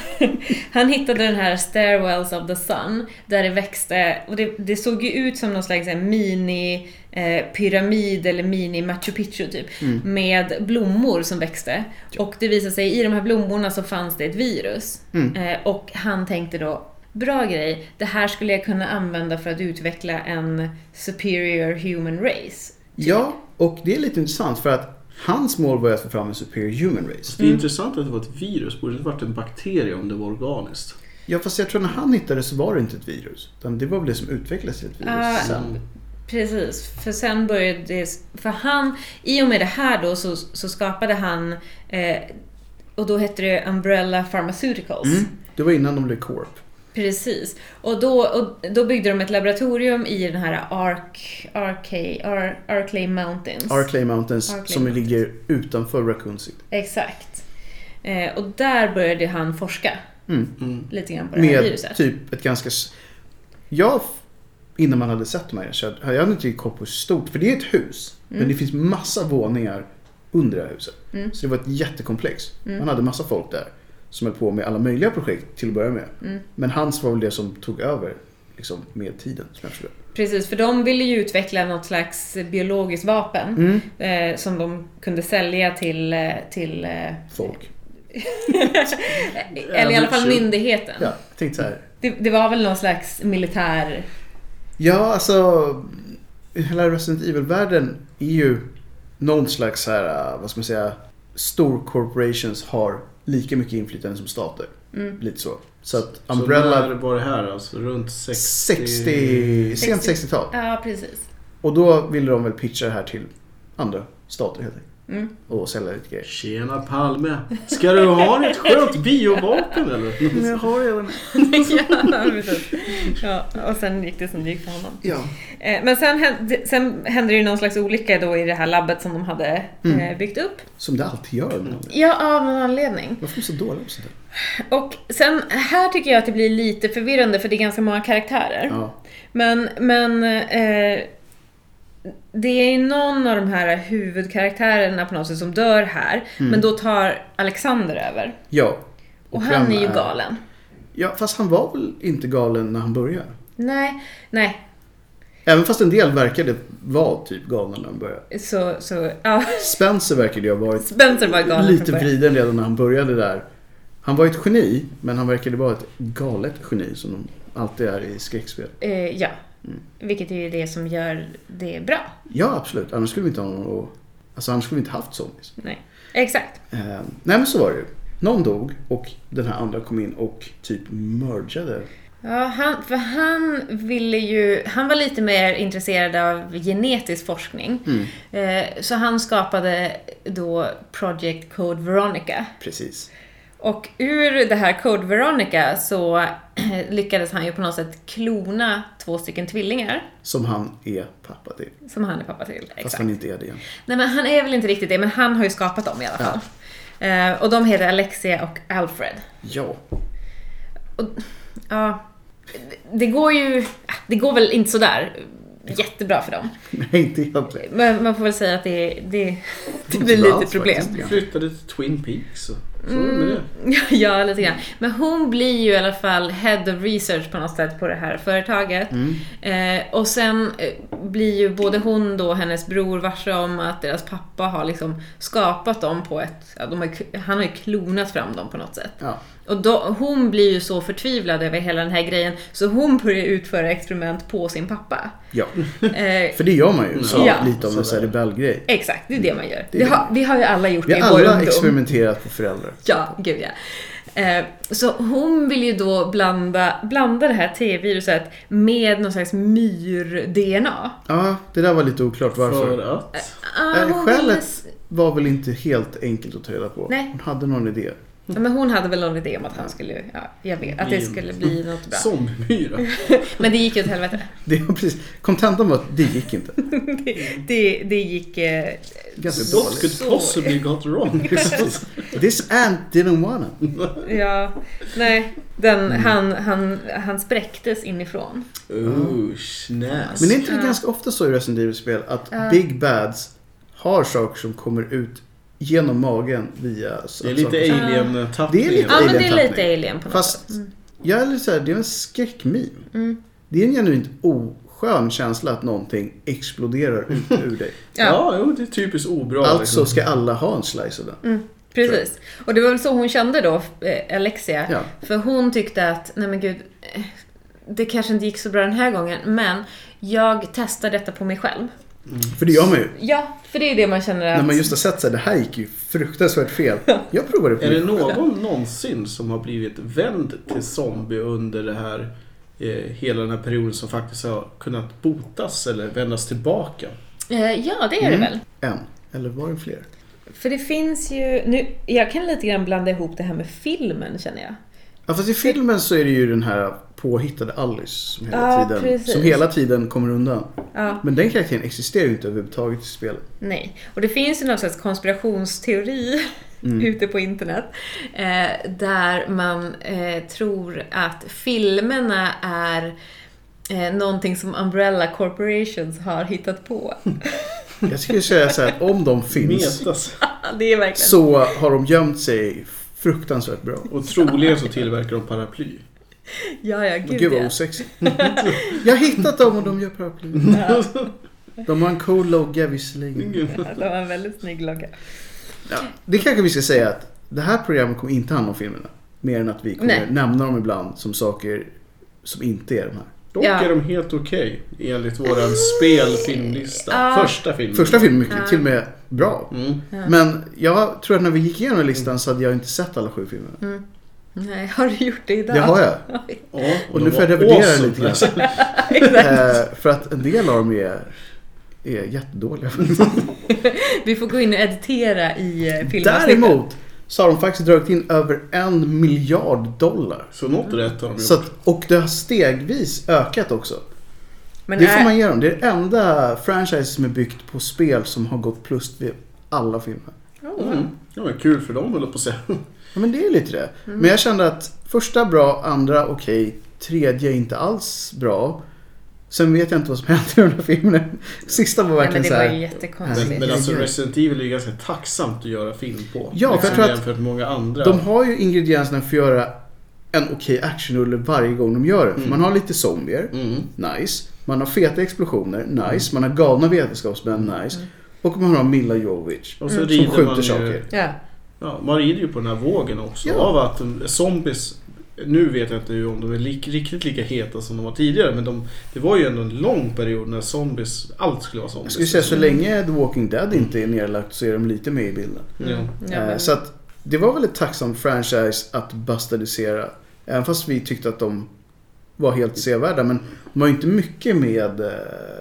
C: Han hittade den här Stairwells of the Sun där det växte, och det, det såg ju ut som någon slags här mini eh, pyramid eller mini Machu Picchu typ,
B: Mm.
C: med blommor som växte. Och det visade sig i de här blommorna så fanns det ett virus.
B: Mm.
C: Eh, och han tänkte då, bra grej, det här skulle jag kunna använda för att utveckla en superior human race.
B: Ja, och det är lite intressant för att hans mål var att få fram en superior human race.
A: Det är intressant att det var ett virus. Borde det inte varit en bakterie om det var organiskt?
B: Ja, fast jag tror när han hittade så var det inte ett virus. Utan det var väl det som utvecklades till ett virus
C: Ah,
B: sen.
C: Precis, för sen började det, för han, i och med det här då så, så skapade han, eh, och då hette det Umbrella Pharmaceuticals.
B: Mm. Det var innan de blev Corp.
C: Precis, och då, och då byggde de ett laboratorium i den här Ark, Arcay, Ar, Arklay Mountains.
B: Arklay Mountains
C: Arklay
B: som
C: Mountains.
B: ligger utanför Raccoon City.
C: Exakt. Eh, och där började han forska
B: Mm.
A: Mm.
C: lite grann på det här
B: Med
C: viruset.
B: typ ett ganska... s- Jag, innan man hade sett de här, så jag hade inte koll på hur stort. För det är ett hus,
C: Mm.
B: men det finns massa våningar under det här huset.
C: Mm.
B: Så det var ett jättekomplex.
C: Mm.
B: Man hade massa folk där som höll på med alla möjliga projekt till att börja med.
C: Mm.
B: Men hans var väl det som tog över liksom, med tiden. Som jag förstår.
C: Precis, för de ville ju utveckla något slags biologiskt vapen
B: Mm.
C: eh, som de kunde sälja till, eh, till eh,
B: Folk.
C: eller i alla fall myndigheten.
B: Ja, jag tänkte så här.
C: Det, det var väl någon slags militär...
B: Ja, alltså hela Resident Evil-världen är ju någon slags så här, vad ska man säga, stor corporations har lika mycket inflytande som stater.
C: Mm.
B: Lite så. Så att
A: Så
B: Umbrella
A: när var det här alltså? Runt sextio...
B: sextio, sent
C: sextio.
B: sextiotal.
C: Ja, precis.
B: Och då ville de väl pitcha det här till andra stater helt enkelt.
C: Mm.
B: Och sälja lite grejer.
A: Tjena Palme. Ska du ha ett skönt biovapen eller?
B: Men jag har redan
C: Ja, precis. Ja, och sen gick det som det gick för honom.
B: Ja.
C: Eh, Men sen hände, sen hände det ju någon slags olycka då i det här labbet som de hade
B: Mm.
C: eh, byggt upp.
B: Som det alltid gör med dem.
C: Ja, av någon anledning.
B: Varför är de så dåliga på sånt där?
C: Och sen här tycker jag att det blir lite förvirrande för det är ganska många karaktärer.
B: Ja.
C: Men, men eh, det är någon av de här huvudkaraktärerna på något sätt som dör här.
B: Mm.
C: Men då tar Alexander över.
B: Ja.
C: Och
B: vem
C: han är ju galen.
B: Ja, fast han var väl inte galen när han började.
C: Nej, nej.
B: Även fast en del verkade vara typ galna när han började.
C: Så, så ja.
B: Spencer verkade ju ha varit
C: Spencer var galen
B: lite
C: från början.
B: vriden redan när han började där. Han var ett geni, men han verkade vara ett galet geni som de alltid är i skräckspel.
C: Eh, ja,
B: Mm.
C: vilket är ju det som gör det bra.
B: Ja, absolut. Annars skulle vi inte ha någon att... Alltså annars skulle vi inte haft zombies.
C: Nej, exakt.
B: Eh, nej men så var det ju. Någon dog och den här andra kom in och typ mergade.
C: Ja, han, för han ville ju, han var lite mer intresserad av genetisk forskning.
B: Mm.
C: Eh, så han skapade då Project Code Veronica.
B: Precis.
C: Och ur det här Code Veronica så lyckades han ju på något sätt klona två stycken tvillingar.
B: Som han är pappa till.
C: Som han är pappa till, exakt.
B: Fast han inte är det igen.
C: Nej, men han är väl inte riktigt det, men han har ju skapat dem i alla fall. Ja. Eh, och de heter Alexia och Alfred.
B: Ja.
C: Och, ja, det går ju, det går väl inte så där jättebra för dem.
B: Nej, inte egentligen.
C: Men man får väl säga att det, det, det blir lite
B: alls,
C: problem.
B: faktiskt.
A: Vi flyttade till Twin Peaks och så mm. med det.
C: Ja, lite grann. Men hon blir ju i alla fall head of research på något sätt på det här företaget.
B: Mm.
C: Eh, och sen blir ju både hon då, hennes bror, varse om att deras pappa har liksom skapat dem på ett, ja, de har, han har ju klonat fram dem på något sätt.
B: Ja.
C: Och då, hon blir ju så förtvivlad över hela den här grejen, så hon börjar utföra experiment på sin pappa.
B: Ja,
C: Eh,
B: för det gör man ju. Så
C: Ja.
B: lite av en så här rebellgrej.
C: exakt, det är det man gör.
B: Det är
C: Vi
B: det.
C: har, vi har ju alla gjort
B: Vi
C: det i
B: har
C: vår
B: alla
C: ungdom.
B: experimenterat på föräldrar.
C: Ja, gud ja. Eh, så hon vill ju då blanda, blanda det här T-viruset med någon slags myr-D N A.
B: Ja, det där var lite oklart varför.
A: För att...
C: Ah,
B: Äh,
C: hon
B: skälet-
C: ville-
B: Var väl inte helt enkelt att ta reda på.
C: Nej.
B: Hon hade någon idé.
C: Ja, men hon hade väl någon idé om att han skulle, ja, jag vet, att det skulle bli något bra.
A: Zombiemyra.
C: Men det gick ju åt helvete.
B: Det var precis. Kontentan var att det gick inte.
C: det, det, det gick eh,
B: Ganska
A: What
B: dåligt.
A: could possibly got wrong?
B: This ant didn't wanna.
C: ja, nej, den,
B: Mm.
C: han, han, han spräcktes inifrån.
A: Oh, snäs.
B: Men det är inte det
C: Ja.
B: ganska ofta så i Resident Evil-spel att
C: Ja.
B: Big Bads har saker som kommer ut genom magen via...
A: Det är lite
C: Ja.
A: alien-tappning.
B: Det är lite
C: Ja, men det är
B: alien-tappning.
C: lite alien på något
B: Fast
C: sätt. Mm.
B: jag är lite så här, det är en skräckmeme.
C: Mm.
B: Det är en genuint oskön känsla att någonting exploderar ut ur dig.
C: Ja.
A: Ja, jo, det är typiskt obra.
B: Alltså
A: liksom.
B: ska alla ha en slice av den.
C: Mm, precis. Och det var väl så hon kände då, eh, Alexia.
B: Ja.
C: För hon tyckte att, nej men gud, eh, det kanske inte gick så bra den här gången, men jag testar detta på mig själv.
B: För det gör man ju.
C: Ja, för det är det man känner att...
B: När man just har sett så här, det här gick ju fruktansvärt fel. Jag provade på
A: Är det
B: mig.
A: någon någonsin som har blivit vänd till zombie under det här eh, hela den här perioden som faktiskt har kunnat botas eller vändas tillbaka?
C: Eh, ja, det är det
B: Mm.
C: väl.
B: En. Eller var det fler?
C: För det finns ju... Nu, jag kan lite grann blanda ihop det här med filmen, känner jag.
B: Ja, fast i filmen så är det ju den här påhittade Alice som hela,
C: Ja,
B: tiden,
C: precis.
B: som hela tiden kommer undan.
C: Ja,
B: Men den karaktären existerar ju inte överhuvudtaget i spelet.
C: nej. Och det finns ju någon slags konspirationsteori
B: Mm.
C: ute på internet eh, där man eh, tror att filmerna är eh, någonting som Umbrella Corporations har hittat på.
B: Jag skulle säga så här att om de finns
A: Metas.
C: Det är verkligen...
B: så har de gömt sig fruktansvärt bra.
A: Och troligen så tillverkar de paraply.
C: Ja, ja,
B: Gud,
C: gud,
B: Gud vad
C: ja.
B: osexigt. Jag har hittat dem och de gör paraply.
C: Ja,
B: De har en cool logga visserligen.
C: det var en väldigt snygg logga.
B: Ja, det kanske vi ska säga att det här programmet kommer inte handla om filmerna. Mer än att vi kommer
C: Nej.
B: nämna dem ibland som saker som inte är de här.
A: Dock
C: Ja.
A: är de helt okej enligt våran spelfilmlista.
C: Ja.
A: Första filmen.
B: Första filmen mycket,
C: Ja.
B: till och med bra.
A: Mm.
C: Ja.
B: Men jag tror att när vi gick igenom listan så hade jag inte sett alla sju filmerna.
C: Mm. Nej, har du gjort det idag?
B: Det har jag.
C: Oj.
A: Ja,
B: Och
A: de
B: nu får jag
A: var
B: revidera
A: awesome.
B: lite grann.
C: Exakt.
B: Eh, för att en del av dem är, är jättedåliga.
C: Vi får gå in och editera i eh, filmavsnittet.
B: Däremot så har de faktiskt dragit in över en miljard dollar.
A: Så något rätt har de gjort.
B: Så att, och det har stegvis ökat också.
C: Men
B: Det får
C: är-
B: man ge dem. Det är det enda franchise som är byggt på spel som har gått plus vid alla filmer.
C: Oh,
A: Mm. Det var kul för dem, höll jag på att säga.
B: Ja, men det är lite det. Men jag kände att första bra, andra okej, tredje inte alls bra. Sen vet jag inte vad som hände i de här filmerna. Sista var
C: Nej, men
B: verkligen
C: det
B: så
C: var
B: här.
C: ju
A: Men,
C: jättekonstigt.
A: men alltså
B: Oj, oj.
A: Resident Evil är ju ganska tacksamt att göra film på.
B: Ja, för jag
A: Liksom
B: tror att
A: jämfört med många andra.
B: De har ju ingredienserna för att göra en okej actionrulle varje gång de gör det. För
A: Mm.
B: man har lite zombier,
A: Mm.
B: nice. Man har feta explosioner, nice. Man har galna vetenskapsmän, nice. Och man har Milla Jovovich
A: Och så
C: Mm.
A: rider
B: som skjuter
A: man ju,
B: saker.
C: Ja.
A: ja, man rider ju på den här vågen också.
B: Ja.
A: Av att de- zombies, nu vet jag inte om de är lik, riktigt lika heta som de var tidigare. Men de, det var ju ändå en lång period när zombies, allt skulle vara
B: Jag
A: zombies.
B: skulle säga så länge The Walking Dead inte är nedlagt så är de lite med i bilden.
A: Ja.
C: Mm. Ja,
B: Eh,
C: men-
B: Så att det var väl ett tacksamt franchise att bastardisera. Även fast vi tyckte att de var helt sevärda, men de har ju inte mycket med eh,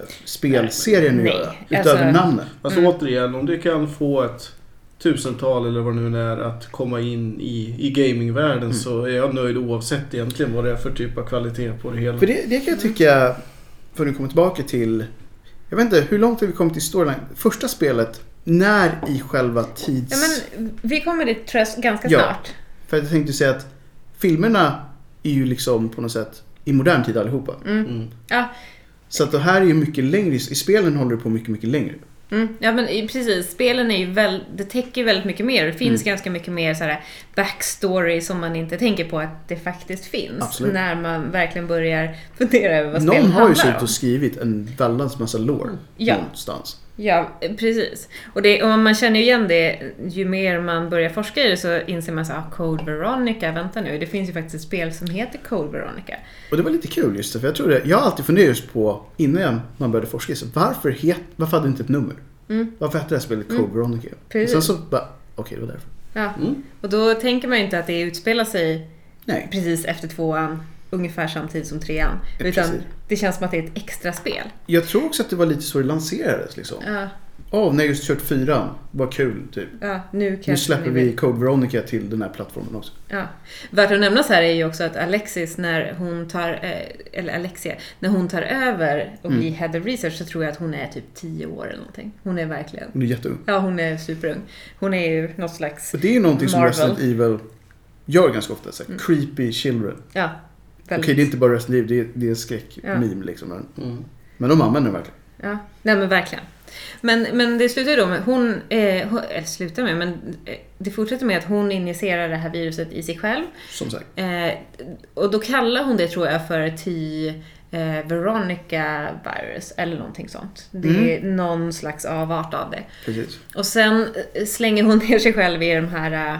B: spelserien att
C: Nej.
B: göra,
C: Alltså-
B: utöver namnet.
A: Alltså
C: Mm.
A: återigen, om du kan få ett tusental eller vad det nu är att komma in i, i gamingvärlden
B: Mm.
A: så är jag nöjd oavsett egentligen vad det är för typ av kvalitet på det hela.
B: För det, det kan jag tycka, för att komma tillbaka till, jag vet inte hur långt har vi kommit i storyline. Första spelet, när i själva tids...
C: Ja, men vi kommer dit tror jag ganska
B: Ja.
C: snart.
B: För jag tänkte säga att filmerna är ju liksom på något sätt i modern tid allihopa.
C: Mm.
A: Mm.
C: Ja,
B: Så att det här är ju mycket längre, i spelen håller det på mycket, mycket längre.
C: mm. ja, men i- precis. Spelen är ju väl, det täcker väldigt mycket mer. Det finns
B: Mm.
C: ganska mycket mer så här backstory som man inte tänker på att det faktiskt finns.
B: Absolut.
C: När man verkligen börjar fundera över vad
B: Någon
C: spelen
B: har ju
C: handlar
B: suttit
C: om.
B: och skrivit en väldans massa lore
C: Ja.
B: någonstans.
C: Ja, precis. Och, det, och man känner ju igen det, ju mer man börjar forska i det så inser man så ah, Code Veronica, vänta nu, det finns ju faktiskt ett spel som heter Code Veronica.
B: Och det var lite kul just det, för jag tror det, jag har alltid funderat just på, innan man började forska, så varför, het, varför hade det inte ett nummer?
C: Mm.
B: Varför hette det här spelet Code
C: Mm.
B: Veronica?
C: Precis.
B: Och sen så bara, okej, det var därför.
C: Ja.
A: Mm.
C: Och då tänker man ju inte att det utspelar sig
B: Nej,
C: precis efter tvåan, ungefär samtidigt som trean.
B: Ja,
C: Utan
B: precis.
C: det känns som att det är ett extra spel.
B: jag tror också att det var lite så det lanserades liksom.
C: Ja,
B: Åh, när jag just kört fyran, vad kul typ.
C: ja nu
B: Nu
C: kanske
B: släpper
C: ni
B: vi
C: vill.
B: Code Veronica till den här plattformen också.
C: Ja. Värt att nämnas här är ju också att Alexis, när hon tar, eh, eller Alexia, när hon tar över och
B: Mm.
C: blir head of research så tror jag att hon är typ tio år eller någonting. Hon är verkligen,
B: Hon är jätteung.
C: ja hon är superung. Hon är ju något slags,
B: Och det är ju någonting som
C: Marvel.
B: Resident Evil gör ganska ofta. Så här,
C: Mm.
B: creepy children.
C: ja,
B: Okej,
C: väldigt.
B: det är inte bara Resident Evil, det är, det är en
C: Ja.
B: skräckmeme liksom. Men,
A: Mm.
B: men de använder det verkligen.
C: Ja, nej men verkligen. Men, men det slutar ju då med, hon, eh, hon äh, slutar med, men eh, det fortsätter med att hon injicerar det här viruset i sig själv.
B: Som sagt.
C: Eh, och då kallar hon det tror jag för T eh, Veronica virus eller någonting sånt. Det är någon slags avart av det.
B: Precis.
C: Och sen eh, slänger hon ner sig själv i de här eh,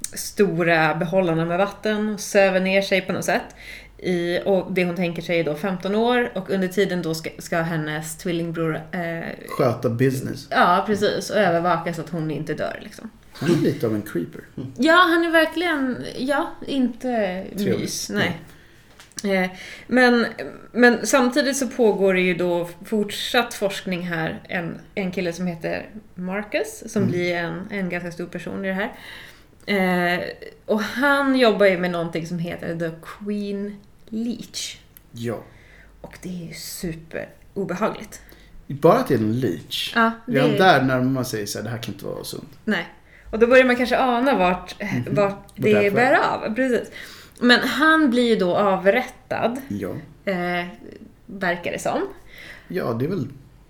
C: stora behållarna med vatten och söver ner sig på något sätt. I, och det hon tänker sig är då femton år och under tiden då ska, ska hennes tvillingbror eh,
B: Sköta business.
C: ja precis och övervaka så att hon inte dör liksom.
B: Han är lite av en creeper.
C: Ja, han är verkligen, ja, inte
B: Trevlig.
C: mys, nej. Eh, Men, men samtidigt så pågår det ju då fortsatt forskning här. En, en kille som heter Marcus som
B: Mm.
C: blir en, en ganska stor person i det här. Eh, och han jobbar ju med någonting som heter The Queen Leech.
B: Ja.
C: Och det är ju super obehagligt.
B: Bara till en leech.
C: Ja, det
B: Redan
C: är,
B: där när man säger så här, det här kan inte vara sunt.
C: nej. Och då börjar man kanske ana vart,
B: Mhm.
C: vart
B: det är
C: det
B: på
C: bär
B: väg.
C: av. Precis. Men han blir ju då avrättad,
B: Ja.
C: eh, verkar det som.
B: Ja, det är väl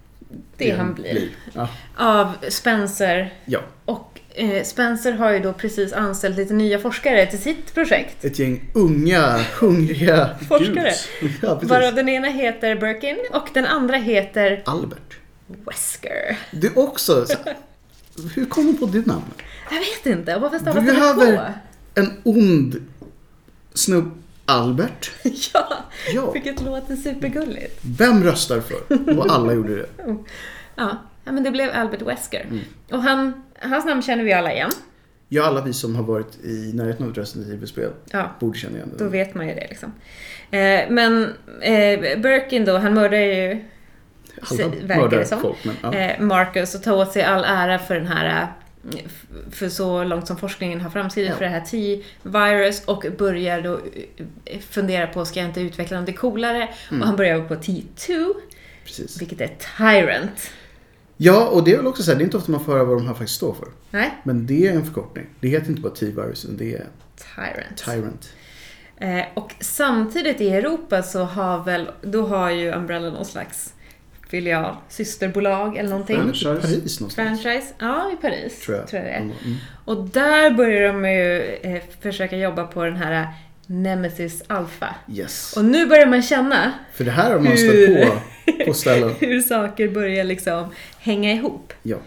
C: Det han blir.
B: Ja.
C: Av Spencer.
B: Ja.
C: Och eh, Spencer har ju då precis anställt lite nya forskare till sitt projekt.
B: Ett gäng unga, hungriga...
C: Forskare.
A: Gud.
B: Ja, precis.
C: Varav den ena heter Birkin och den andra heter
B: Albert.
C: Wesker.
B: Det är också... Så, hur kom du på ditt namn?
C: Jag vet inte, varför stavas
B: Vi
C: det
B: behöver-
C: på?
B: En ond snubb... Albert?
C: Ja,
B: Ja.
C: vilket låter supergulligt.
B: Vem röstar för? Och alla gjorde det.
C: Ja, ja men det blev Albert Wesker.
B: Mm.
C: Och han, hans namn känner vi alla igen.
B: Ja, alla vi som har varit i närheten av ett Resident Evil-spel
C: Ja,
B: borde känna igen det.
C: då vet man ju det liksom. Eh, men eh, Birkin då, han mördar ju
B: Alla
C: verkar det
B: mördar
C: som.
B: folk, men ja.
C: eh, Marcus och tar åt sig all ära för den här eh, f- för så långt som forskningen har framskridit
B: Ja.
C: för det här T-virus och börjar då eh, fundera på, ska jag inte utveckla något coolare?
B: Mm.
C: Och han börjar på T två,
B: Precis.
C: vilket är Tyrant.
B: Ja, och det är väl också så här, det är inte ofta man får höra vad de här faktiskt står för.
C: Nej,
B: Men det är en förkortning. Det heter inte bara T-virus, utan det är
C: Tyrant.
B: Tyrant.
C: Eh, och samtidigt i Europa så har väl, då har ju Umbrella någon slags filial, systerbolag eller någonting.
B: Är det inte
A: Franchise.
B: Paris någonstans?
C: Franchise, ja i Paris
B: Tror jag.
C: det är.
B: Mm.
C: Och där börjar de ju eh, försöka jobba på den här Nemesis Alpha.
B: Yes.
C: Och nu börjar man känna
B: För det här har man
C: Hur?
B: stött på på ställen.
C: hur saker börjar liksom hänga ihop.
B: Ja.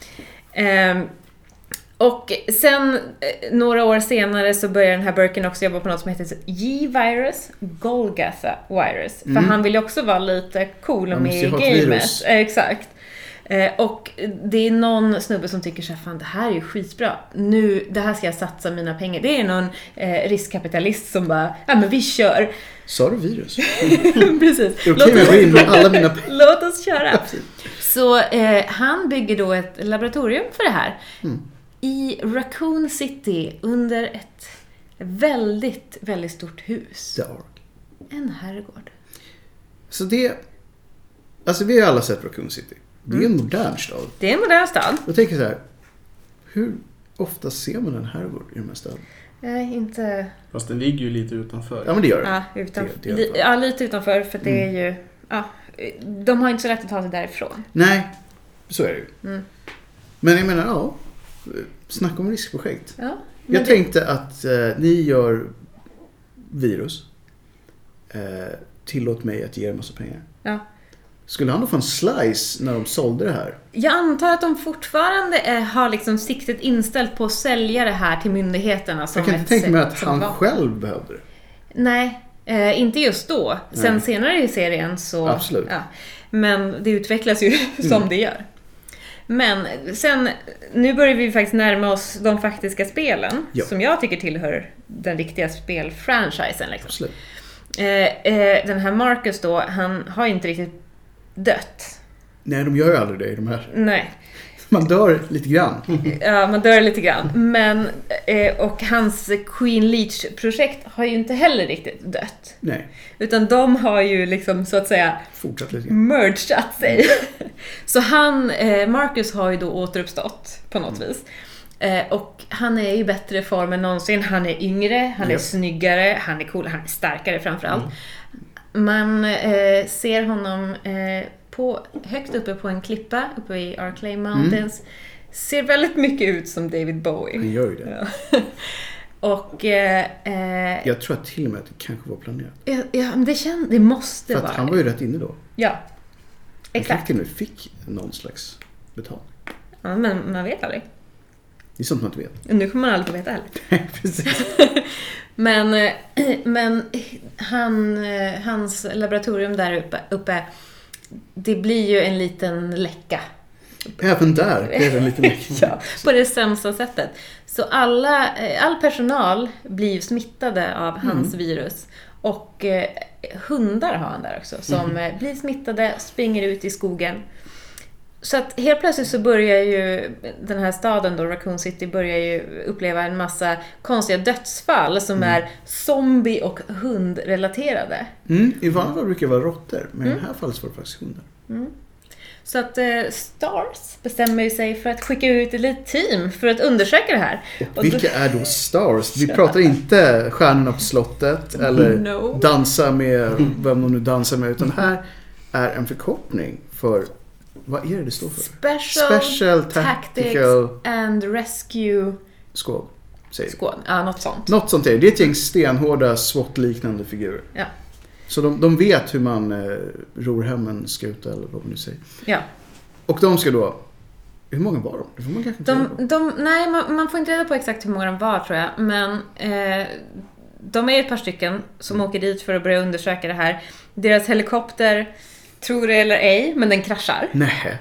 C: Ehm, och sen eh, några år senare så börjar den här Birkin också jobba på något som heter G-virus, Golgotha virus.
B: Mm.
C: För han vill ju också vara lite cool och
B: Man
C: med
B: måste
C: i
B: ju ha ett
C: gamet.
B: virus.
C: Eh, Exakt. Eh, och det är någon snubbe som tycker så här, fan det här är ju skitbra. Nu, det här ska jag satsa mina pengar. Det är någon eh, riskkapitalist som bara, ja men vi kör.
B: Sa du virus?
C: Precis.
B: Det är okej med att gå in med alla mina pengar.
C: Låt oss köra. Så eh, han bygger då ett laboratorium för det här.
B: Mm.
C: I Raccoon City under ett väldigt, väldigt stort hus.
B: Dark.
C: En herrgård.
B: Så det... Alltså vi har alla sett Raccoon City. Det är en modern stad.
C: Det är en modern stad.
B: Jag tänker så här. Hur ofta ser man en herrgård i de här städerna?
C: Nej, inte...
A: Fast den ligger ju lite utanför.
B: Ja, men det gör det.
C: Ja, utanför.
B: Det- det
C: Li-
B: gör det.
C: ja, lite utanför för det är ju... Ja, de har inte så lätt att ta sig därifrån.
B: Nej, så är det ju.
C: Mm.
B: Men jag menar, ja. Snacka om riskprojekt.
C: Ja, men
B: Jag
C: det-
B: tänkte att eh, ni gör virus. Eh, tillåt mig att ge er massa pengar.
C: Ja.
B: Skulle han då få en slice när de sålde det här?
C: Jag antar att de fortfarande är, har liksom siktet inställt på att sälja det här till myndigheterna. Som
B: Jag kan
C: ett
B: inte tänka mig
C: sätt-
B: att
C: som
B: han
C: vapen.
B: själv behövde det.
C: Nej, eh, inte just då. Sen
B: Nej.
C: senare i serien så...
B: Absolut.
C: Ja. Men det utvecklas ju som det gör. Men sen, nu börjar vi faktiskt närma oss de faktiska spelen.
B: Ja.
C: Som jag tycker tillhör den riktiga spelfranchisen. Liksom.
B: Absolut.
C: Eh, eh, den här Marcus då, han har ju inte riktigt dött.
B: Nej, de gör ju aldrig det i de här.
C: Nej.
B: Man dör lite grann.
C: Ja, man dör lite grann. Men, eh, och hans Queen Leech-projekt har ju inte heller riktigt dött.
B: Nej,
C: Utan de har ju liksom så att säga
B: fortsatt lite grann.
C: mergat sig. Så han, eh, Marcus har ju då återuppstått på något
B: Mm.
C: vis. Eh, och han är i bättre form än någonsin. Han är yngre, han är
B: Ja.
C: snyggare, han är cool, han är starkare framförallt.
B: Mm.
C: Man eh, ser honom eh, på, högt uppe på en klippa uppe i Arklay Mountains.
B: Mm.
C: Ser väldigt mycket ut som David Bowie.
B: Han gör ju det.
C: Ja. Och eh, eh,
B: Jag tror att till och med att det kanske var planerat.
C: ja, ja, men det, känns, det måste
B: För
C: vara
B: att han var ju rätt inne då.
C: Ja,
B: Han kanske
C: exakt.
B: till och med fick någon slags betalning.
C: Ja, men man vet aldrig.
B: Det är sånt man inte vet.
C: Nu kommer man aldrig få veta heller.
B: Precis.
C: Men, eh, men han, eh, hans laboratorium där uppe, uppe, det blir ju en liten läcka.
B: Även där är det en liten läcka.
C: Ja, på det sämsta sättet. Så alla, eh, all personal blir ju smittade av hans virus. Och eh, hundar har han där också som eh, blir smittade, springer ut i skogen. Så att helt plötsligt så börjar ju den här staden då, Raccoon City, börjar ju uppleva en massa konstiga dödsfall som är zombie- och hundrelaterade.
B: Mm, i vanliga fall brukar det vara råttor, men i det här fallet var det faktiskt hundar.
C: Så att eh, Stars bestämmer ju sig för att skicka ut ett litet team för att undersöka det här. Och
B: Vilka är då stars? Vi pratar inte stjärnorna på slottet eller
C: No.
B: dansa med vem de nu dansar med, utan här är en förkortning för, vad är det det står för?
C: Special,
B: Special
C: Tactics
B: Tactical
C: and Rescue
B: Squad, säger vi.
C: Squad. Ja, något sånt.
B: Något sånt är det. Det är ett gäng stenhårda SWAT-liknande figurer.
C: Ja.
B: Så de, de vet hur man eh, ror hem en skuta eller vad man nu säger.
C: Ja.
B: Och de ska då... Hur många var de? Det får man kanske inte reda på.
C: De, de, nej, man, man får inte reda på exakt hur många de var, tror jag. Men eh, de är ett par stycken som åker dit för att börja undersöka det här. Deras helikopter, tror det eller ej, men den kraschar.
B: Nej.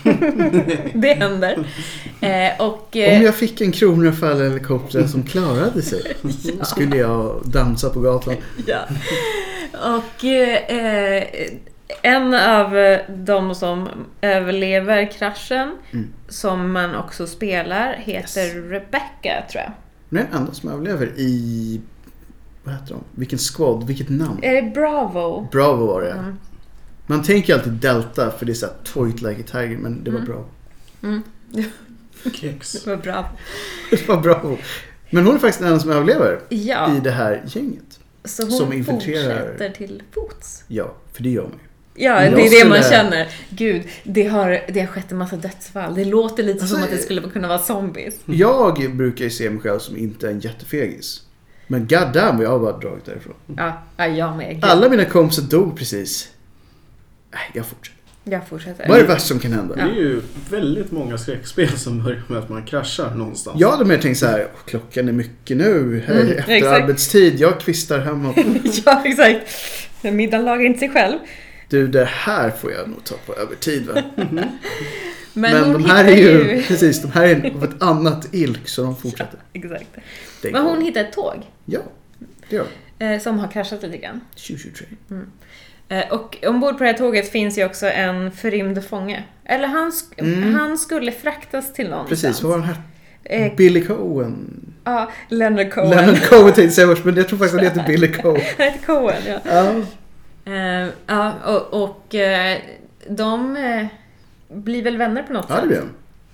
C: Det händer. Eh, och, eh,
B: Om jag fick en krona för alla helikoptrar som klarade sig,
C: Ja.
B: skulle jag dansa på gatan.
C: Ja. Och eh, en av de som överlever kraschen,
B: Mm.
C: som man också spelar, heter
B: Yes.
C: Rebecca, tror jag.
B: Hon är den enda som överlever i... Vad heter de? Vilken squad? Vilket namn?
C: Är det Bravo?
B: Bravo var det.
C: Mm.
B: Man tänker alltid Delta för det är så här toit like a tiger, men det var
C: Mm.
B: bra.
C: Mm.
A: Kex.
C: Det var bra.
B: Det var bra. Men hon är faktiskt den enda som överlever
C: Ja,
B: i det här gänget.
C: så hon
B: som infiltrerar-
C: fortsätter till fots.
B: Ja, för det gör man ju.
C: Ja,
B: Jag
C: det är det man
B: skulle-
C: känner. Gud, det har, det har skett en massa dödsfall. Det låter lite
B: Alltså,
C: som att det skulle kunna vara zombies.
B: Jag brukar ju se mig själv som inte en jättefegis. Men goddamn, jag har bara dragit därifrån.
C: Ja, ja jag med. Gud.
B: Alla mina kompisar dog precis. Nej, jag fortsätter.
C: Jag fortsätter.
B: Vad är det värsta som kan hända?
A: Det är ju väldigt många skräckspel som börjar med att man kraschar någonstans.
B: Jag hade mer tänkt så här, "Åh, klockan är mycket nu, hej,
C: Mm,
B: efter
C: exakt.
B: arbetstid, jag kvistar hemåt.
C: Ja, exakt. Men middagen lagar inte sig själv.
B: Du, det här får jag nog ta på övertid va?
C: Men,
B: Men
C: hon
B: de här
C: hittar
B: är ju,
C: ju...
B: precis, de här är av ett annat ilk så de fortsätter.
C: Exakt.
B: Det
C: Men
B: går.
C: hon hittar ett tåg
B: Ja, det gör de.
C: eh, som har kraschat lite grann.
B: tjugo tjugotre.
C: Eh, och ombord på det här tåget finns ju också en förrymd fånge. Eller han, sk-
B: Mm.
C: han skulle fraktas till någonstans.
B: Precis, vad var den här?
C: Eh,
B: Billy Cohen.
C: ja, Leonard Cohen.
B: Leonard Cohen tänkte jag säga, men jag tror faktiskt att han heter Billy Cohen.
C: Han heter Cohen, ja.
B: Ja.
C: Eh, ja, och, och eh, de eh, blir väl vänner på något
B: Ja, det
C: sätt.
B: blir de.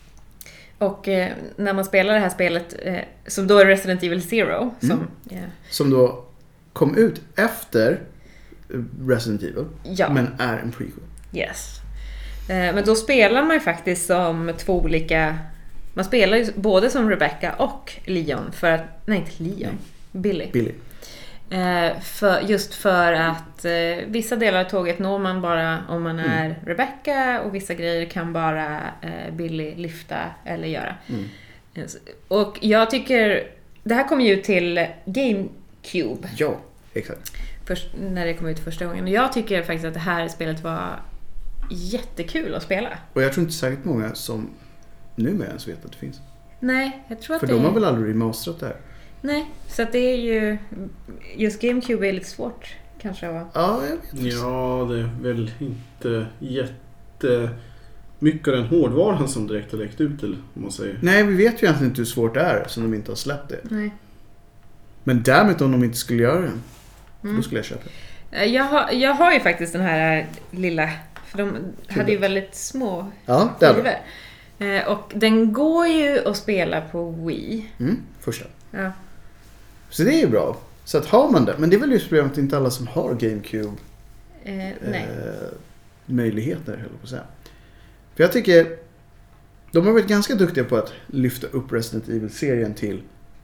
C: Och eh, när man spelar det här spelet, eh, som då är Resident Evil Zero, som,
B: Mm.
C: ja,
B: Som då kom ut efter Resident Evil,
C: ja,
B: men är en prequel.
C: yes. Eh, men då spelar man ju faktiskt som två olika, man spelar ju både som Rebecca och Leon, för att, nej inte Leon,
B: Nej.
C: Billy.
B: Billy.
C: Eh, för, just för att eh, vissa delar av tåget når man bara om man
B: Mm.
C: är Rebecca, och vissa grejer kan bara eh, Billy lyfta eller göra.
B: Mm.
C: Eh, Och jag tycker, det här kom ju ut till GameCube
B: Ja, exakt.
C: först, när det kom ut första gången. Och jag tycker faktiskt att det här spelet var jättekul att spela.
B: Och jag tror inte säkert många som numera ens vet att det finns.
C: Nej, jag tror att
B: För
C: det
B: de har
C: är...
B: väl aldrig remasterat det här?
C: Nej, så att det är ju... Just GameCube är lite svårt kanske att...
B: Ja, jag vet inte.
A: Ja, det är väl inte jätte mycket av den hårdvaran som direkt har läckt ut till, om man säger.
B: Nej, vi vet ju egentligen inte hur svårt det är som de inte har släppt det.
C: Nej.
B: Men därmed om de inte skulle göra det,
C: Mm.
B: då skulle jag köpa det.
C: Jag har, jag har ju faktiskt den här lilla, för de hade ju väldigt små
B: Ja, det är det.
C: skivor. Eh, Och den går ju att spela på Wii.
B: Mm, första.
C: Ja.
B: Så det är ju bra. Så att har man det, men det är väl just problemet att inte alla som har GameCube
C: Eh, nej.
B: eh, möjligheter, höll jag på att säga. För jag tycker de har varit ganska duktiga på att lyfta upp Resident Evil-serien till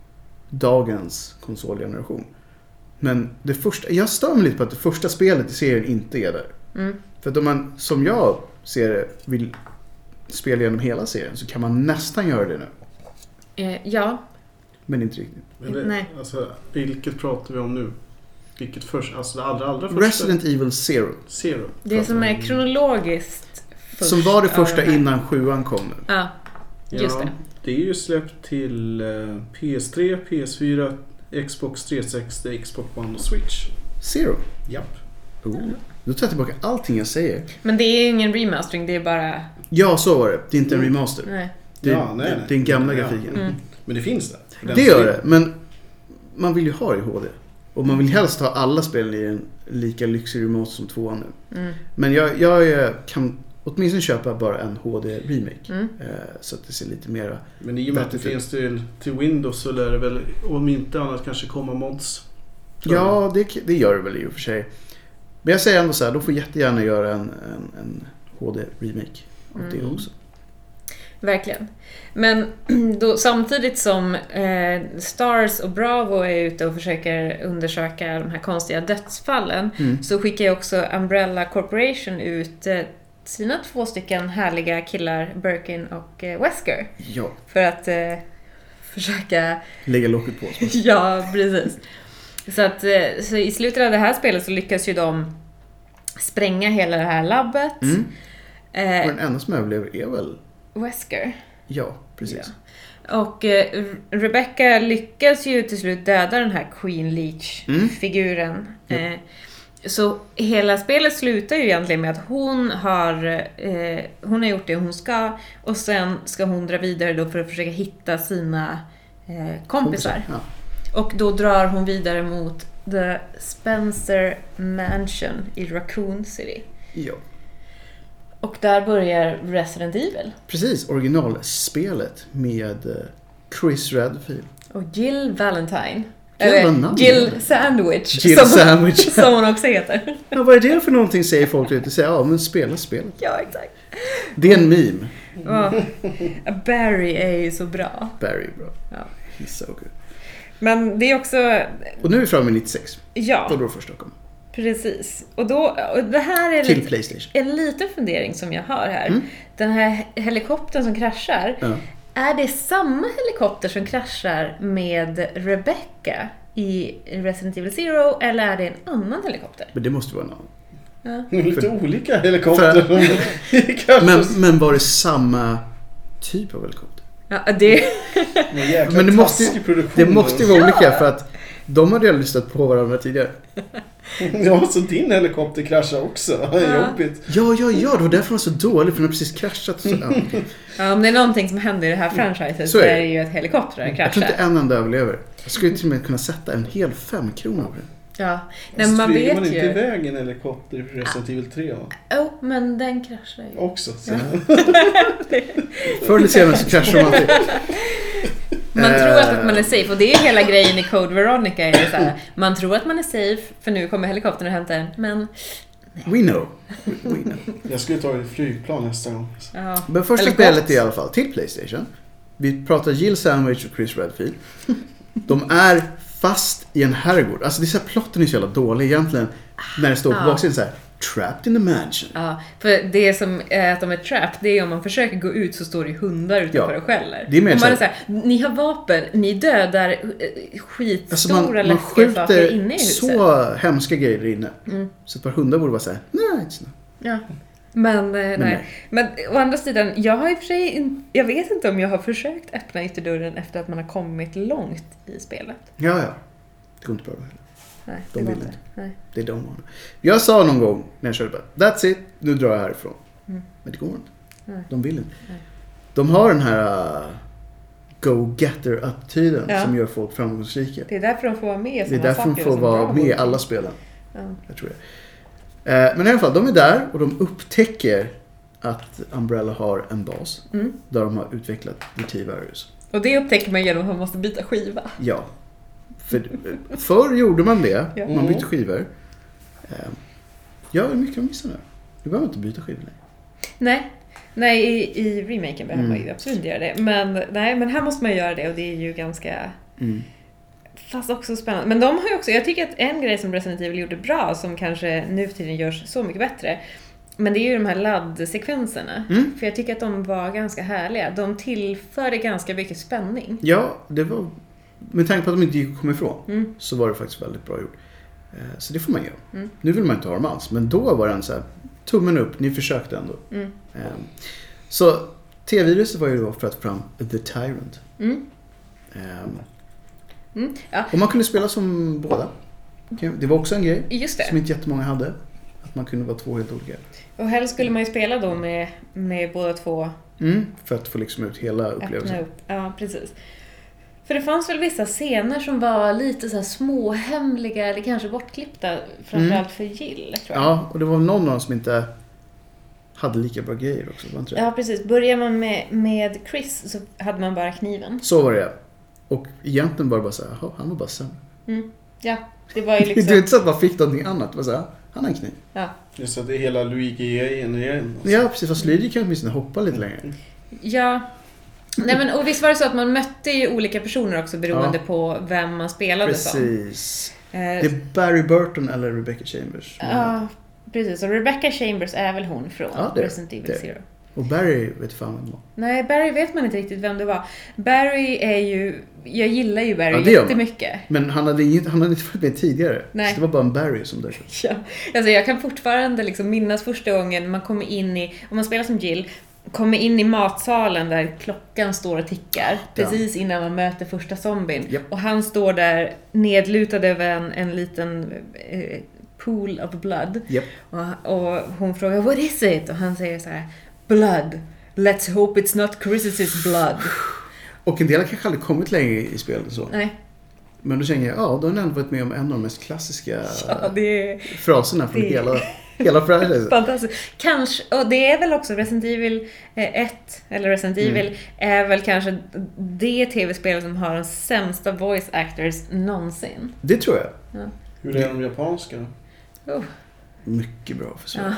B: dagens konsolgeneration. Men det första, jag stör mig lite på att det första spelet i serien inte är där.
C: Mm.
B: För att om man, som jag ser det, vill spela igenom hela serien så kan man nästan göra det nu.
C: Eh, ja,
B: Men inte riktigt.
A: Men det,
C: Nej.
A: Alltså, vilket pratar vi om nu? Vilket först? Alltså det allra, allra första?
B: Resident Evil Zero.
A: Zero.
C: det som är kronologiskt först
B: Som var det
C: av
B: första
C: de här.
B: innan sjuan kom nu.
C: Ja, just
A: ja,
C: det.
A: det är ju släppt till eh, P S tre, P S fyra, Xbox trehundrasextio, Xbox One och Switch.
B: Zero.
A: Japp.
B: Oh. Då tar jag tillbaka allting jag säger.
C: Men det är ju ingen remastering, det är bara...
B: Ja, så var det. Det är inte en remaster.
C: Nej.
B: Det,
A: Ja, nej,
B: det,
A: nej.
B: det är den gamla
A: Ja.
B: grafiken.
C: Mm.
A: Men det finns där. Den
B: Det gör
A: ser-
B: det, men man vill ju ha i H D. Och man vill helst ha alla spelen i en lika lyxig remaster som tvåan nu.
C: Mm.
B: Men jag, jag kan åtminstone köpa bara en H D-remake.
C: Mm.
B: Eh, så att det ser lite mera...
A: Men i och med att det
B: Bättre
A: finns till, till Windows så lär det väl, om inte annat kanske komma mods. tror jag.
B: Ja, det, det gör det väl i och för sig. Men jag säger ändå så här, då får jättegärna göra en, en, en H D-remake av det
C: Mm.
B: också.
C: Verkligen. Men då, samtidigt som eh, Stars och Bravo är ute och försöker undersöka de här konstiga dödsfallen,
B: Mm.
C: så skickar ju också Umbrella Corporation ut eh, sina två stycken härliga killar, Birkin och eh, Wesker,
B: Ja,
C: för att eh, försöka...
B: lägga locket på oss.
C: Ja, precis. Så att eh, så i slutet av det här spelet så lyckas ju de spränga hela det här labbet.
B: Mm.
C: Eh,
B: Och den enda som överlever är väl...
C: Wesker.
B: Ja, precis.
C: Ja. Och eh, Rebecca lyckas ju till slut döda den här Queen Leech-figuren.
B: Ja.
C: Eh, så hela spelet slutar ju egentligen med att hon har, eh, hon har gjort det hon ska, och sen ska hon dra vidare då för att försöka hitta sina eh, kompisar.
B: Ja.
C: Och då drar hon vidare mot The Spencer Mansion i Raccoon City.
B: Ja,
C: Och där börjar Resident Evil.
B: precis. Originalspelet med eh, Chris Redfield.
C: Och Jill Valentine.
B: Jävla
C: Eller
B: namn.
C: Jill Sandwich.
B: Jill
C: som,
B: Sandwich.
C: som hon också heter.
B: Ja, vad är det för någonting, säger folk ute. Säger, ja, men spela spelet.
C: Ja, exakt.
B: Det är en meme.
C: Och Barry är ju så bra.
B: Barry, bra.
C: Ja.
B: He's so good.
C: Men det är också...
B: Och nu är vi framme i nittiosex.
C: Ja,
B: Då då första kom.
C: precis. Och, då, och det här är
B: Till
C: lite,
B: PlayStation.
C: en liten fundering som jag har här.
B: Mm.
C: Den här helikoptern som kraschar.
B: Ja.
C: Är det samma helikopter som kraschar med Rebecca i Resident Evil Zero, eller är det en annan helikopter?
B: Men det måste vara en annan.
C: Ja.
A: Lite olika helikopter.
B: men, men var det samma typ av helikopter?
C: Ja, det...
A: Men,
B: men det måste, det måste ju vara olika för att de hade ju aldrig stött på varandra tidigare.
A: Ja, så din helikopter kraschade också. Det är
C: ja.
A: jobbigt.
B: Ja, ja, ja. Det var därför den var så dålig. För den har precis kraschat. Så, ja.
C: Ja, om det är någonting som händer i det här franchiset så är det, så är det ju att helikoptrar kraschar.
B: Jag tror inte en enda överlever. Jag skulle till och med kunna sätta en hel fem kronor på det.
C: Ja, nej, man vet
A: man
C: ju.
A: inte iväg en helikopter i Resident Evil tre, va?
C: Oh, men den kraschar ju.
A: Också. Så.
C: Ja.
B: Förr eller senare så kraschar man alltid.
C: Man tror att man är safe, och det är hela grejen i Code Veronica. Är det så här, man tror att man är safe, för nu kommer helikoptern och hämtar en, men...
B: Nej. We know. We, we know.
A: Jag skulle ta ett flygplan nästa gång.
C: Ja.
B: Men första spelet i alla fall till PlayStation. Vi pratar Jill Sandwich och Chris Redfield. De är fast i en herrgård. Alltså det är så här, plotten är så jävla dålig egentligen. När det står på ja. baksidan så här: trapped in the mansion.
C: Ja, för det som är att de är trapped, det är om man försöker gå ut så står det hundar utanför ja. och skäller.
B: Det är mer
C: och
B: så
C: man
B: här,
C: är så här, ni har vapen, ni dödar skitstora
B: alltså man, man
C: läskiga saker inne i huset.
B: Så hemska grejer inne.
C: Mm.
B: Så ett par hundar borde vara så här: nej, inte.
C: Ja. Men, men, nej. men å andra sidan, jag har i och för sig, jag vet inte om jag har försökt öppna ytterdörren efter att man har kommit långt i spelet.
B: Ja, ja. Det går inte bra heller.
C: Nej,
B: de
C: det
B: vill
C: inte.
B: inte.
C: Nej.
B: Det är de har. Jag sa någon gång när jag körde bara: that's it, nu drar jag härifrån. Mm. Men det går inte. Nej. De vill inte. Nej. De har den här uh, go-getter-attityden ja. som gör folk framgångsrika.
C: Det är därför de får vara med.
B: Det är därför de får vara med i alla spelen. Ja. Jag tror det. Uh, men i alla fall, de är där och de upptäcker att Umbrella har en bas mm. där de har utvecklat The T-virus.
C: Och det upptäcker man genom att man måste byta skiva.
B: Ja. För, förr gjorde man det.
C: Ja.
B: Man bytte skivor. Ja, hur mycket de missar nu? Du behöver inte byta skivor längre.
C: Nej. Nej, i, i remaken behöver mm. man ju absolut inte göra det. Men, nej, men här måste man göra det, och det är ju ganska... Mm. Fast också spännande. Men de har ju också... Jag tycker att en grej som Resident Evil gjorde bra, som kanske nu för tiden görs så mycket bättre, men det är ju de här laddsekvenserna. Mm. För jag tycker att de var ganska härliga. De tillförde ganska mycket spänning.
B: Ja, det var... Med tanke på att de inte gick att komma ifrån mm. så var det faktiskt väldigt bra gjort. Så det får man göra. Mm. Nu vill man inte ha dem alls. Men då var den så här, tummen upp, ni försökte ändå. Mm. Så T-viruset var ju då för att få fram The Tyrant. Mm. Um, mm. Ja. Och man kunde spela som båda. Det var också en grej
C: Just det.
B: som inte jättemånga hade. Att man kunde vara två helt olika.
C: Och helst skulle man ju spela då med, med båda två.
B: Mm. För att få liksom ut hela upplevelsen.
C: Upp. Ja, precis. För det fanns väl vissa scener som var lite så här småhemliga eller kanske bortklippta, framförallt för Jill, tror jag.
B: Ja, och det var någon av dem som inte hade lika bra grejer också, var inte det?
C: Ja, precis. Börjar man med, med Chris så hade man bara kniven.
B: Så var det. Och egentligen var det bara så här, han var bara sämre.
C: Mm. Ja, det var ju liksom...
B: Det är inte så att man fick någonting annat, det var så här, han har en kniv.
C: Ja.
A: Just att det är hela Luigi-grejen igen.
B: Alltså. Ja, precis. Fast Luigi kan åtminstone hoppa lite längre.
C: Ja. Nej, men, och visst var det så att man mötte ju olika personer också beroende ja. på vem man spelade
B: precis.
C: som.
B: Precis. Det är Barry Burton eller Rebecca Chambers.
C: Ja, precis. Och Rebecca Chambers är väl hon från ja, Resident Evil Zero.
B: Och Barry vet fan vem det var.
C: Nej, Barry vet man inte riktigt vem det var. Barry är ju... Jag gillar ju Barry ja, jättemycket.
B: Men han hade, inget, han hade inte varit med tidigare. Nej. Så det var bara en Barry som dök.
C: Ja. Alltså jag kan fortfarande liksom minnas första gången man kommer in i... Om man spelar som Jill... Kommer in i matsalen där klockan står och tickar. Ja. Precis innan man möter första zombien. Yep. Och han står där nedlutad över en, en liten eh, pool of blood. Yep. Och, och hon frågar, what is it? Och han säger så här, blood. Let's hope it's not Chris's blood.
B: Och en del har kanske aldrig kommit längre i spelet så.
C: Nej.
B: Men då känner jag, ja, då har han ändå varit med om en av de mest klassiska
C: ja, det,
B: fraserna från det. hela... Hela franchisen.
C: Fantastiskt. Kanske, och det är väl också Resident Evil ett, eller Resident mm. Evil är väl kanske det tv-spel som har de sämsta voice actors någonsin.
B: Det tror jag.
A: Ja. Hur är de japanska då?
B: Oh. Mycket bra för så. Ja.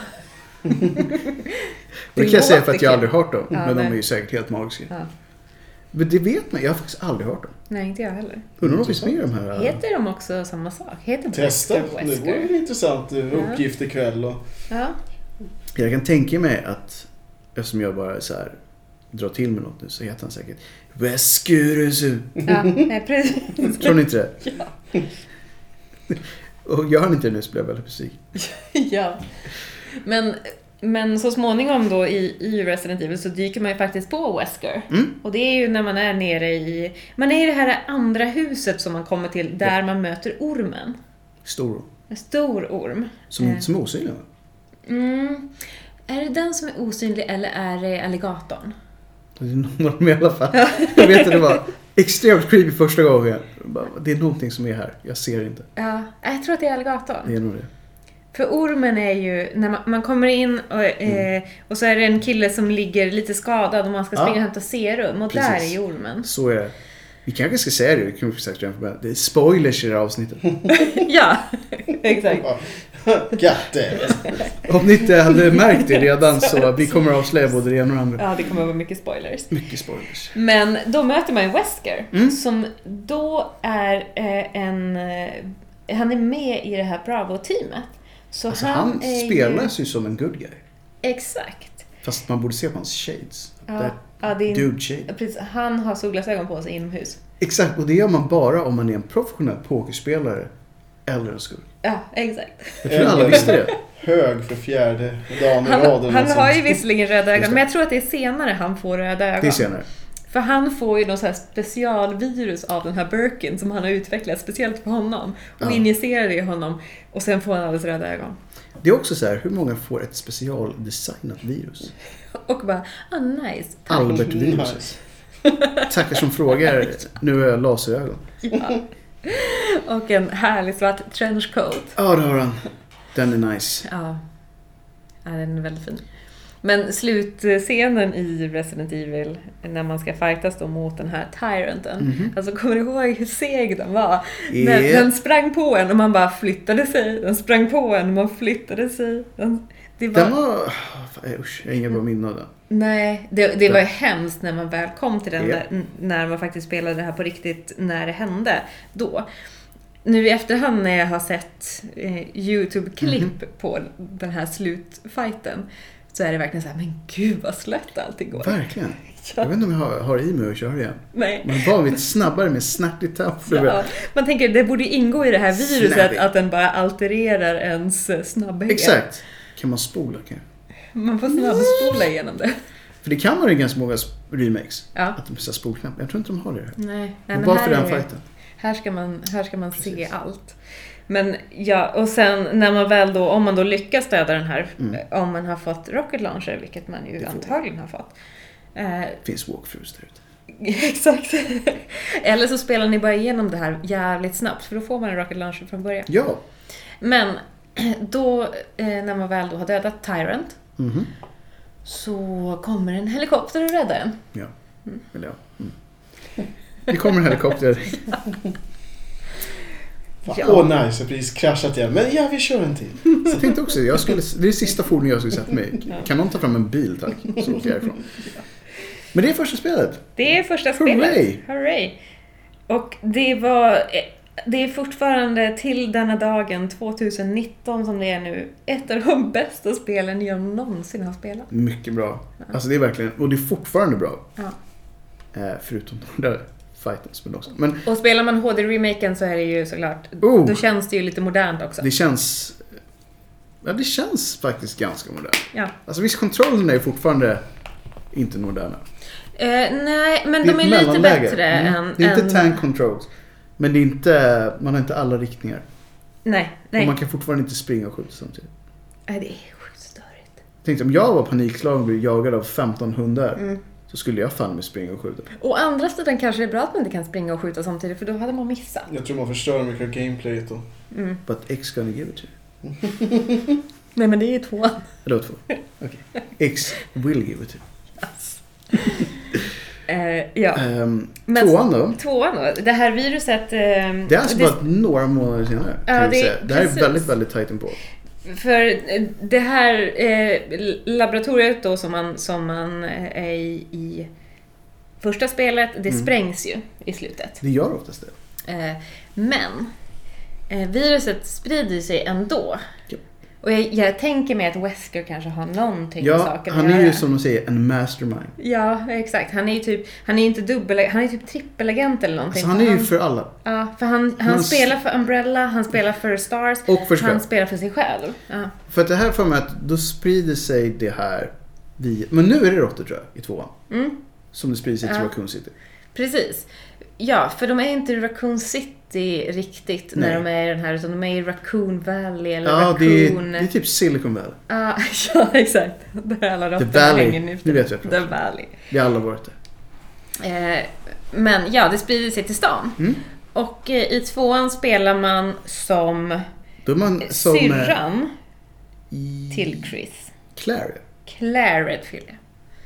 B: det kan jag säga för att jag aldrig hört dem, ja, men nej. de är ju säkert helt magiska. Ja. Men det vet man, jag har faktiskt aldrig hört dem.
C: Nej, inte jag heller.
B: Undrar om de finns med i de här...
C: Heter de också samma sak? Heter
A: Testa, det var ju en intressant uppgift ja. ikväll. Och...
C: Ja.
B: Jag kan tänka mig att, eftersom jag bara så här, drar till med något nu, så heter han säkert Veskurusu.
C: Ja, nej, precis.
B: Tror ni inte det?
C: Ja.
B: Och gör han inte det nu så blir jag väldigt besviken.
C: Ja. Men, men så småningom då i, i Resident Evil så dyker man ju faktiskt på Wesker.
B: Mm.
C: Och det är ju när man är nere i... Man är i det här andra huset som man kommer till där ja. man möter ormen.
B: Stor.
C: En stor orm.
B: Som, eh. som är osynlig, va?
C: Mm. Är det den som är osynlig eller är det alligatorn?
B: Det är någon av dem i alla fall. Jag vet att det var extremt creepy första gången. Det är någonting som är här. Jag ser inte.
C: Ja, jag tror att det är alligatorn.
B: Det är nog det.
C: För ormen är ju, när man, man kommer in och, mm. eh, och så är det en kille som ligger lite skadad och man ska springa ja. och hämta serum. Och precis. Där är ju ormen.
B: Så är det. Vi kanske ska säga det, det kan vi säkert redan för det är spoilers i det här avsnittet.
C: Ja, exakt.
B: Om ni inte hade märkt det redan så vi kommer att avslöja både det ena och det andra.
C: Ja, det kommer att vara mycket spoilers.
B: Mycket spoilers.
C: Men då möter man ju Wesker
B: mm.
C: som då är eh, en... Eh, han är med i det här Bravo-teamet. Så
B: alltså,
C: han,
B: han
C: är
B: spelas
C: ju...
B: ju som en good guy.
C: Exakt.
B: Fast man borde se på hans shades.
C: Ja, ja, det är
B: dude shade.
C: Precis, han har solglasögon på sig inomhus.
B: Exakt, och det gör man bara om man är en professionell pokerspelare eller en skurk.
C: Ja, exakt.
B: Jag tror alla visste det.
A: Hög för fjärde dagen i
C: han,
A: raden.
C: Han har ju visserligen röda ögon, men jag tror att det är senare han får röda ögon.
B: Det är senare.
C: För han får ju någon så här specialvirus av den här Birkin som han har utvecklat speciellt för honom. Och ja. injicerar det i honom. Och sen får han alldeles röda ögon.
B: Det är också så här, hur många får ett specialdesignat virus?
C: Och bara, ah oh, nice.
B: Albert-viruset. Tackar som frågar, nu är jag laserögon.
C: Ja. Och en härlig svart trenchcoat.
B: Ja, det har han. Den är nice.
C: Ja. Ja, den är väldigt fin. Men slutscenen i Resident Evil när man ska fightas då mot den här Tyranten. Mm-hmm. Alltså kommer du ihåg hur seg den var? Yeah. Den, den sprang på en och man bara flyttade sig. Den sprang på en och man flyttade sig. Den, det var...
B: Den var... Usch, jag har inga bra minne av den.
C: Nej, det, det var ju hemskt när man väl kom till den.
B: Yeah.
C: Där, när man faktiskt spelade det här på riktigt när det hände då. Nu i efterhand när jag har sett eh, YouTube-klipp mm-hmm. på den här slutfighten så är det verkligen så här, men gud vad slätt allting går.
B: Verkligen. Ja. Jag vet inte om jag har, har i mig att köra igen.
C: Nej.
B: Man var lite snabbare med snärtig tapp.
C: Ja. Man tänker, det borde ingå i det här viruset Snabbig. Att den bara altererar ens snabbhet.
B: Exakt. Kan man spola? Kan jag?
C: Man får snabbspola igenom det.
B: För det kan man ju ganska många remakes.
C: Ja.
B: Att de har spolknapp. Jag tror inte de har det.
C: Nej. Nej
B: men
C: men
B: bara
C: här
B: för den
C: är,
B: fighten.
C: Här ska man, här ska man se allt. Men ja, och sen när man väl då, om man då lyckas döda den här, mm. om man har fått rocket launcher, vilket man ju antagligen har fått. Eh,
B: finns walkthroughs där ute.
C: Exakt. Eller så spelar ni bara igenom det här jävligt snabbt, för då får man en rocket launcher från början.
B: Ja.
C: Men då, eh, när man väl då har dödat Tyrant,
B: mm-hmm.
C: så kommer en helikopter och räddar en.
B: Ja, mm. eller ja. Mm. Det kommer en helikopter.
A: Åh ja. oh, nice, jag har precis kraschat igen. Men ja, vi kör en till.
B: Jag tänkte också, jag skulle, det är det sista fordon jag skulle sätta mig. Kan någon ta fram en bil, tack? Så åker jag ifrån. Men det är första spelet.
C: Det är första spelet.
B: Hooray!
C: Hooray! Och det var... Det är fortfarande till denna dagen tjugonitton som det är nu ett av de bästa spelen jag någonsin har spelat.
B: Mycket bra. Ja. Alltså det är verkligen, och det är fortfarande bra.
C: Ja.
B: Eh, förutom de där fightens men också. Men,
C: och spelar man H D-remaken så är det ju såklart,
B: oh,
C: då känns det ju lite modernt också.
B: Det känns, ja det känns faktiskt ganska modernt.
C: Ja.
B: Alltså visst, kontrollerna är fortfarande inte moderna.
C: Eh, nej, men de är lite bättre mm. än...
B: Det är inte
C: än...
B: tank controls. Men det är inte, man har inte alla riktningar.
C: Nej, nej.
B: Och man kan fortfarande inte springa och skjuta samtidigt.
C: Nej, det är sjukt störigt.
B: Tänkte om jag var panikslagen och blev jagad av femton hundar
C: mm.
B: så skulle jag fan med springa och skjuta.
C: Å andra sidan kanske det är bra att man inte kan springa och skjuta samtidigt, för då hade man missat.
A: Jag tror man förstör mycket av gameplayet då.
C: Mm.
B: But X gonna give it to you.
C: Nej, men det är ju två.
B: Det var två. Okej. Okay. X will give it to you.
C: Yes. Uh, ja.
B: Um, tvåan då?
C: Tvåan då. Det här viruset... Uh,
B: det är alltså det, bara några månader senare.
C: Ja,
B: kan
C: det,
B: säga. Det här precis. Är väldigt, väldigt tajt inpå.
C: För det här eh, laboratoriet då som man, som man är i, i första spelet, det mm. sprängs ju i slutet.
B: Det gör oftast det.
C: Eh, men eh, viruset sprider sig ändå.
B: Ja.
C: Och jag, jag tänker mig att Wesker kanske har någonting
B: Ja,
C: med saken
B: han
C: att
B: är
C: göra.
B: ju som de säger en mastermind.
C: Ja, exakt. Han är ju typ, han är ju inte dubbel, han är typ trippelagent eller någonting.
B: Alltså, han är ju för alla.
C: Ja, för han, han
B: Men-
C: spelar för Umbrella, han spelar för Stars,
B: Och för sig
C: han
B: själv.
C: spelar för sig själv. Ja.
B: För att det här för mig att då sprider sig det här via... Men nu är det råttor tror jag, i tvåan.
C: Mm,
B: Som det sprider sig till
C: Ja.
B: Raccoon City.
C: precis. Ja, för de är inte i Raccoon City riktigt
B: Nej.
C: när de är i den här, utan de är i Raccoon Valley eller
B: Ja,
C: Raccoon...
B: det är, det är typ Silicon Valley.
C: Ja, ja, exakt. Där alla
B: The
C: råttorna hänger
B: Valley.
C: nu.
B: Nu vet jag.
C: The Valley.
B: Vi har alla varit där.
C: Eh, men ja, det sprider sig till stan.
B: Mm.
C: Och eh, i tvåan spelar man som
B: Då är man som... eh,
C: syrran
B: i...
C: till Chris.
B: Clary.
C: Claire Redfield.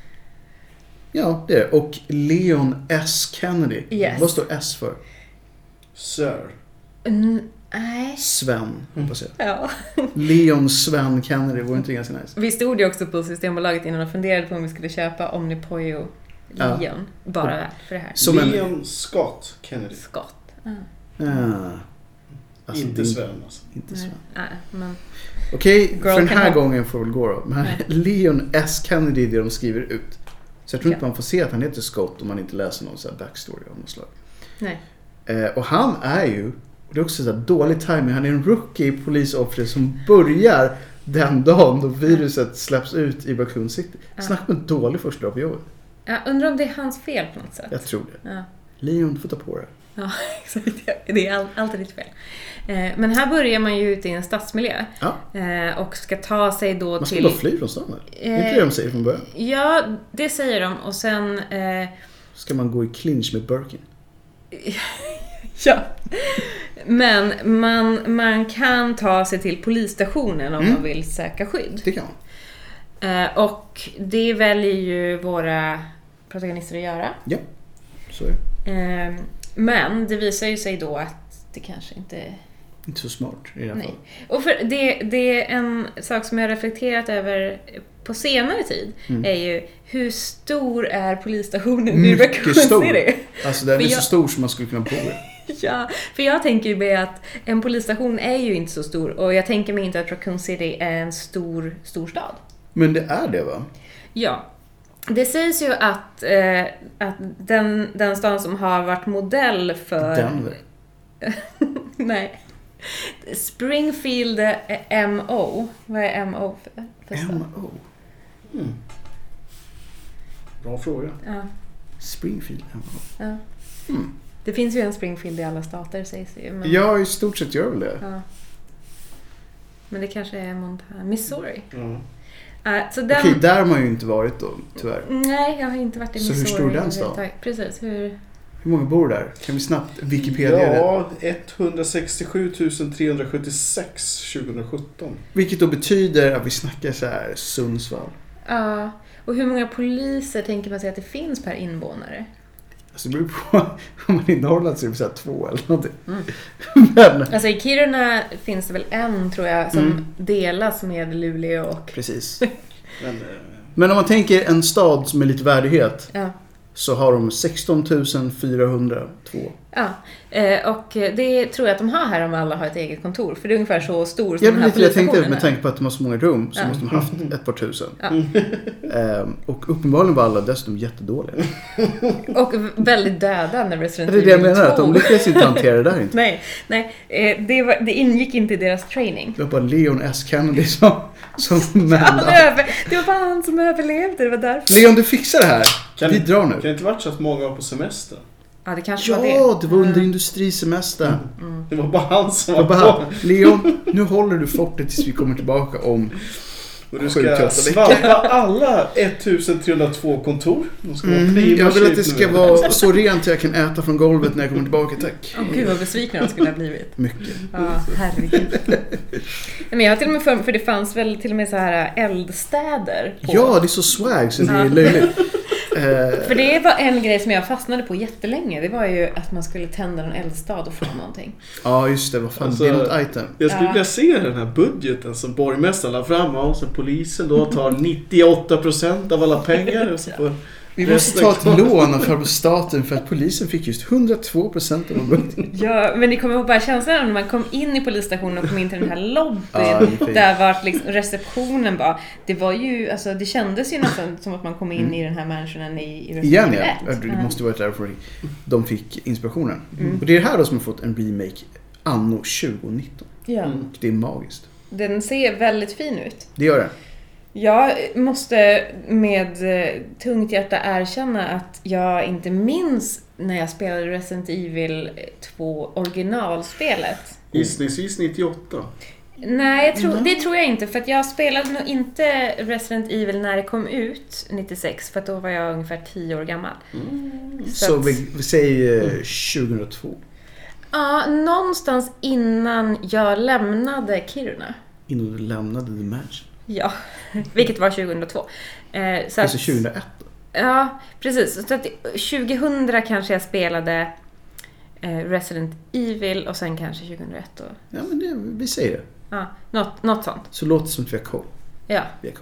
B: Ja, det är det. Och Leon S. Kennedy.
C: Yes.
B: Vad står S för?
A: Sir.
C: Mm, nej.
B: Sven, hoppas jag.
C: Ja.
B: Leon Sven Kennedy, vore inte det ganska nice?
C: Vi stod ju också på Systembolaget innan och funderade på om vi skulle köpa Omnipojo
B: Ja.
C: Leon. Bara för det här.
B: Som en...
A: Leon Scott Kennedy.
C: Skott. Ja.
B: Ja. Alltså,
A: Inte
B: det är
A: Sven alltså.
B: Inte
C: Nej,
B: Sven.
C: nej, men...
B: Okej,
C: Girl
B: för den
C: can
B: här
C: help.
B: gången får väl gå då. Men
C: Nej.
B: Leon S. Kennedy är det de skriver ut. Så jag tror inte
C: Ja.
B: man får se att han heter Scott om man inte läser någon sån här backstory av något slag.
C: Nej.
B: Eh, och han är ju, och det är också så här dålig timing, han är en rookie polisofficer som börjar den dagen då viruset släpps ut i Raccoon City.
C: Ja.
B: Snacka med en dålig första dag på jobbet.
C: Jag undrar om det är hans fel på något sätt.
B: Jag tror det.
C: Ja.
B: Leon, du får ta på det.
C: Ja, exakt. Det är all, alltid ditt fel. Eh, men här börjar man ju ute i en stadsmiljö.
B: Ja.
C: Eh, och ska ta sig då
B: Man ska
C: till...
B: bara fly från stan eller?
C: Eh,
B: inte det de säger från början.
C: Ja, det säger de. Och sen... Eh,
B: Ska man gå i clinch med Birkin?
C: ja. Men man, man kan ta sig till polisstationen om
B: Mm.
C: man vill söka skydd.
B: Det kan man.
C: Eh, och det väljer ju våra protagonister att göra.
B: Ja, så är det.
C: Eh, men det visar ju sig då att det kanske inte...
B: Inte så smart i alla fall.
C: Nej. Och för det, det är en sak som jag har reflekterat över på senare tid.
B: Mm.
C: Är ju hur stor är polisstationen i
B: Mycket
C: Raccoon
B: stor.
C: City?
B: Alltså den är
C: För
B: så
C: jag-
B: stor som man skulle kunna bo i.
C: Ja, för jag tänker ju med att en polisstation är ju inte så stor. Och jag tänker mig inte att Raccoon City är en stor, stor stad.
B: Men det är det va?
C: Ja. Det sägs ju att, eh, att den, den stan som har varit modell för...
B: Denver.
C: Nej. Springfield eh, M O. Vad är M O för, för stad?
B: M O.
A: Mm. Bra fråga.
C: Ja,
B: Springfield M O.
C: ja.
B: Mm.
C: Det finns ju en Springfield i alla stater sägs det ju. Men,
B: Ja, i stort sett gör väl det.
C: ja. Men det kanske är Montana. Missouri.
A: Ja.
C: Uh, så den...
B: Okej, där har man ju inte varit då, tyvärr.
C: Nej, jag har inte varit i
B: Så hur
C: Missouri.
B: stor är den stan?
C: överhuvudtaget. Precis, hur...
B: Hur många bor där? Kan vi snabbt Wikipedia det?
A: Ja, etthundrasextiosju tusen trehundrasjuttiosex tjugosjutton.
B: Vilket då betyder att vi snackar så här Sundsvall.
C: Ja, och hur många poliser tänker man sig att det finns per invånare?
B: Alltså det beror på om man är i Norrland så är det så här två eller någonting.
C: Mm.
B: Men,
C: Alltså i Kiruna finns det väl en, tror jag, som
B: Mm.
C: delas med Luleå och...
B: precis.
A: Men, eh,
B: Men om man tänker en stad som är lite värdighet
C: Ja.
B: så har de sexton tusen fyrahundratvå.
C: Ja, eh, och det tror jag att de har här om alla har ett eget kontor. För det är ungefär så stor som
B: Jag
C: den
B: vet
C: här
B: inte, jag tänkte
C: polisstationen
B: med
C: är.
B: tanke på att de har så många rum så
C: Ja.
B: måste de ha haft ett par tusen.
C: Ja.
B: Ehm, och uppenbarligen var alla dessutom jättedåliga.
C: Och väldigt döda när Resident
B: Det är det jag
C: Evil
B: menar, att de
C: två.
B: lyckades inte hantera det där inte.
C: Nej, nej eh, det, var, det ingick inte i deras training.
B: Det var bara Leon S. Kennedy som, som
C: Han
B: mända.
C: över, det var bara han som överlevde, det var därför.
B: Leon, du fixar det här.
A: Kan,
B: Vi drar
A: kan
B: nu.
A: det inte varit så att många var på semester?
C: Ja, det kanske var det.
B: Ja, det var under
C: Mm.
B: industrisemester.
C: Mm.
A: Det var bara han som
B: Jag
A: var
B: bara,
A: på.
B: Leon, nu håller du fortet tills vi kommer tillbaka om
A: Och du
B: sju till
A: ska
B: åtta
A: svampa alla ettusentrehundratvå kontor. De ska vara
B: Mm,
A: prima
B: jag vill att det
A: shape
B: ska
A: nu.
B: vara så rent att jag kan äta från golvet när jag kommer tillbaka, tack.
C: Åh gud vad besvikna de skulle ha blivit.
B: Mycket.
C: Ja, herregud. Men jag har till och med för, för det fanns väl till och med så här eldstäder på.
B: Ja, det är så swag så det är
C: Ja.
B: löjligt. Eh,
C: För det var en grej som jag fastnade på jättelänge. Det var ju att man skulle tända en eldstad och få någonting.
B: Ja, just det. Vad fan,
A: Alltså,
B: det är något item.
A: Jag skulle
C: Ja.
A: vilja se den här budgeten som borgmästaren la fram och sen polisen då tar nittioåtta procent av alla pengar och så får
B: Vi måste ta ett lån av farbror staten för att polisen fick just hundratvå procent av de.
C: Ja, men ni kommer ihåg bara känslan när man kom in i polisstationen och kom in till den här lobbyn
B: Ja,
C: där var liksom receptionen bara, det var ju, alltså det kändes ju nästan som att man kom in mm. i den här mansionen i, i
B: igen, ja. Det måste varit därför de fick inspirationen. Mm. Och det är det här då som har fått en remake anno tjugonitton.
C: Ja.
B: Mm. Det är magiskt.
C: Den ser väldigt fin ut.
B: Det gör det.
C: Jag måste med tungt hjärta erkänna att jag inte minns när jag spelade Resident Evil två originalspelet.
A: Gissningsvis nittioåtta.
C: Nej, jag tror, det tror jag inte. För att jag spelade nog inte Resident Evil när det kom ut nittiosex. För att då var jag ungefär tio år gammal.
B: Mm. Så, Så vi, vi säger tjugohundratvå.
C: Ja, någonstans innan jag lämnade Kiruna.
B: Innan du lämnade The Mansion.
C: Ja, vilket var tjugohundratvå. Eh, så
B: alltså tjugohundraett då?
C: Ja, precis. Så att tjugohundra kanske jag spelade eh, Resident Evil och sen kanske tjugohundraett då.
B: Ja, men det, vi säger det.
C: Ja, något, något sånt.
B: Så låter det som att vi har koll.
C: Ja.
B: Vi har koll.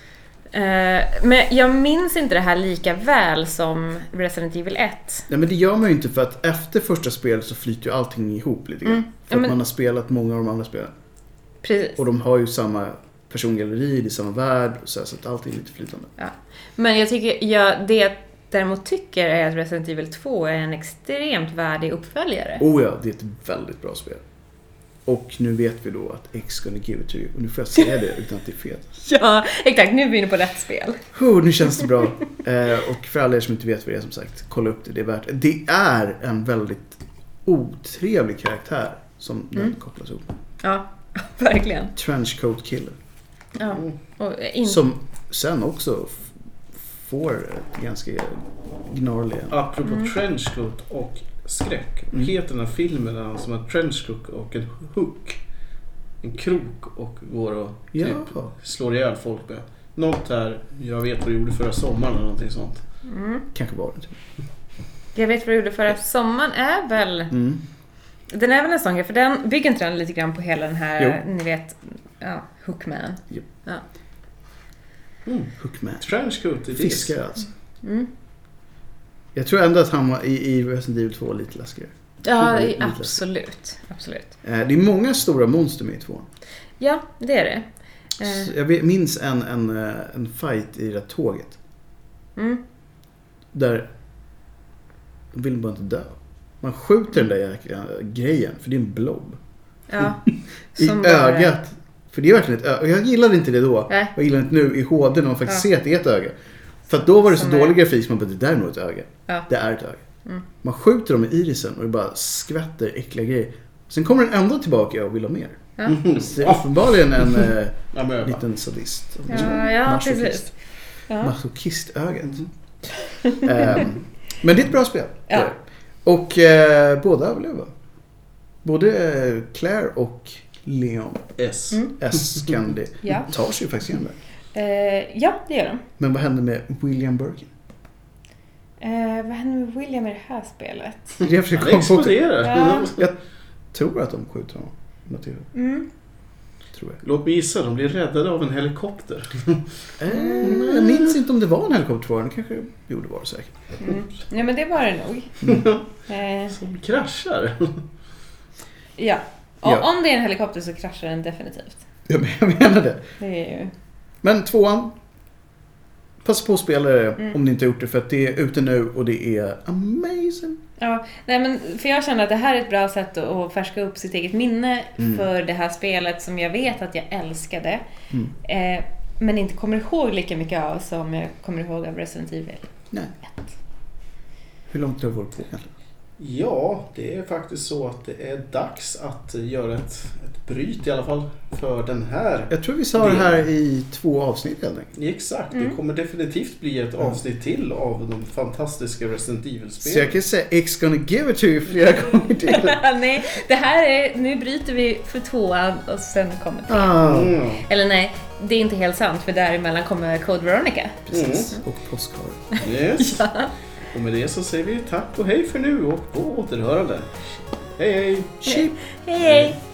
C: Eh, men jag minns inte det här lika väl som Resident Evil ett.
B: Nej, men det gör man ju inte för att efter första spelet så flyter ju allting ihop lite grann. Mm. För
C: ja, men...
B: att man har spelat många av de andra spelen.
C: Precis.
B: Och de har ju samma persongalleri, det är samma värld och så, här, så att allting är lite flytande.
C: Ja. Men jag tycker, ja, det jag däremot tycker är att Resident Evil två är en extremt värdig uppföljare.
B: Oh ja, det är ett väldigt bra spel. Och nu vet vi då att X gonna give it to you. Och nu får jag säga det utan att det är fel.
C: Ja, exakt. Nu är vi inne på rätt spel.
B: Oh, nu känns det bra. eh, och för alla er som inte vet vad det är, som sagt, kolla upp det. Det är värt. Det är en väldigt otrevlig karaktär som den mm. kopplas ihop.
C: Ja, verkligen.
B: Trenchcoat killer.
C: Ja. Och in...
B: Som sen också f- får ett ganska gnarliga...
A: Apropå mm. trenchcoat och skräck. Vad heter den här filmen som en trenchcoat och en hook? En krok och går och typ
B: ja.
A: slår ihjäl folk med. Något här, jag vet vad du gjorde förra sommaren eller någonting sånt.
C: Mm.
B: Kanske var det.
C: Jag vet vad du gjorde förra sommaren är väl... Mm. Den är väl en sån grej, för den bygger inte den lite grann på hela den här, jo. Ni vet, ja, Hookman.
B: Yep.
C: Ja.
B: Mm. Hookman.
A: Trenchcoat, det
B: fiskar alltså.
C: Mm.
B: Jag tror ändå att han var i, i Resident Evil två lite läskigare.
C: Ja, lite absolut. Läskigare. Absolut.
B: Eh, det är många stora monster med i två.
C: Ja, det är det.
B: Eh. Jag minns en, en, en fight i det tåget.
C: Mm.
B: Där de vill bara inte dö. Man skjuter den där jäkla grejen, för det är en blob.
C: Ja.
B: I ögat. Bara... För det är verkligen ett öga. Jag gillade inte det då.
C: Nej.
B: Jag gillar inte nu i H D när man faktiskt ja. ser att det är ett öga. För att då var det som så dålig är... grafik som man bara, det där är nog ett öga.
C: Ja.
B: Det är ett öga.
C: Mm.
B: Man skjuter dem i irisen och det bara skvätter äckliga grejer. Sen kommer den ändå tillbaka och vill ha mer.
C: Ja.
B: Mm. Så det är uppenbarligen en äh, liten sadist.
C: Ja, ja, precis.
B: Ja. Masochistögat. Mm. um, men det är ett bra spel.
C: Ja.
B: Och eh, båda överlever. Både Claire och Leon.
A: S.
C: Mm.
B: S kan det.
C: Ja.
B: Tar sig ju faktiskt igen där.
C: Eh, ja, det gör de.
B: Men vad händer med William Birkin?
C: Eh, vad händer med William i det här spelet?
B: Jag
A: Han exploderar.
C: Ja.
B: Jag tror att de skjuter honom.
C: Mm.
B: Tror jag.
A: Låt mig gissa, de blir räddade av en helikopter.
B: Mm. Jag minns inte om det var en helikopter. Det kanske gjorde var det säkert.
C: Mm. Ja, men det var det nog.
A: Mm. eh. Som kraschar.
C: Ja. Och ja. Om det är en helikopter så kraschar den definitivt.
B: Jag menar det.
C: Det är ju...
B: Men tvåan, passa på att spela det
C: mm.
B: om ni inte har gjort det, för att det är ute nu och det är amazing.
C: Ja, nej men för jag känner att det här är ett bra sätt att färska upp sitt eget minne mm. för det här spelet som jag vet att jag älskade. Mm. Eh, men inte kommer ihåg lika mycket av som jag kommer ihåg av Resident Evil.
B: Nej.
C: ett.
B: Hur långt har du varit på egentligen?
A: Ja, det är faktiskt så att det är dags att göra ett, ett bryt i alla fall för den här.
B: Jag tror vi sa det här i två avsnitt helt enkelt.
A: Exakt, mm. det kommer definitivt bli ett avsnitt till av de fantastiska Resident Evil-spelen.
B: Så jag kan säga X gonna give it to you flera gånger till.
C: Nej, det här är, nu bryter vi för tvåan och sen kommer tre.
B: Ah.
A: Mm.
C: Eller nej, det är inte helt sant, för däremellan kommer Code Veronica.
B: Precis, mm. och Postcard.
A: Yes.
C: Ja.
A: Och med det så säger vi tack och hej för nu och på återhörande. Hej hej!
C: Hej hej!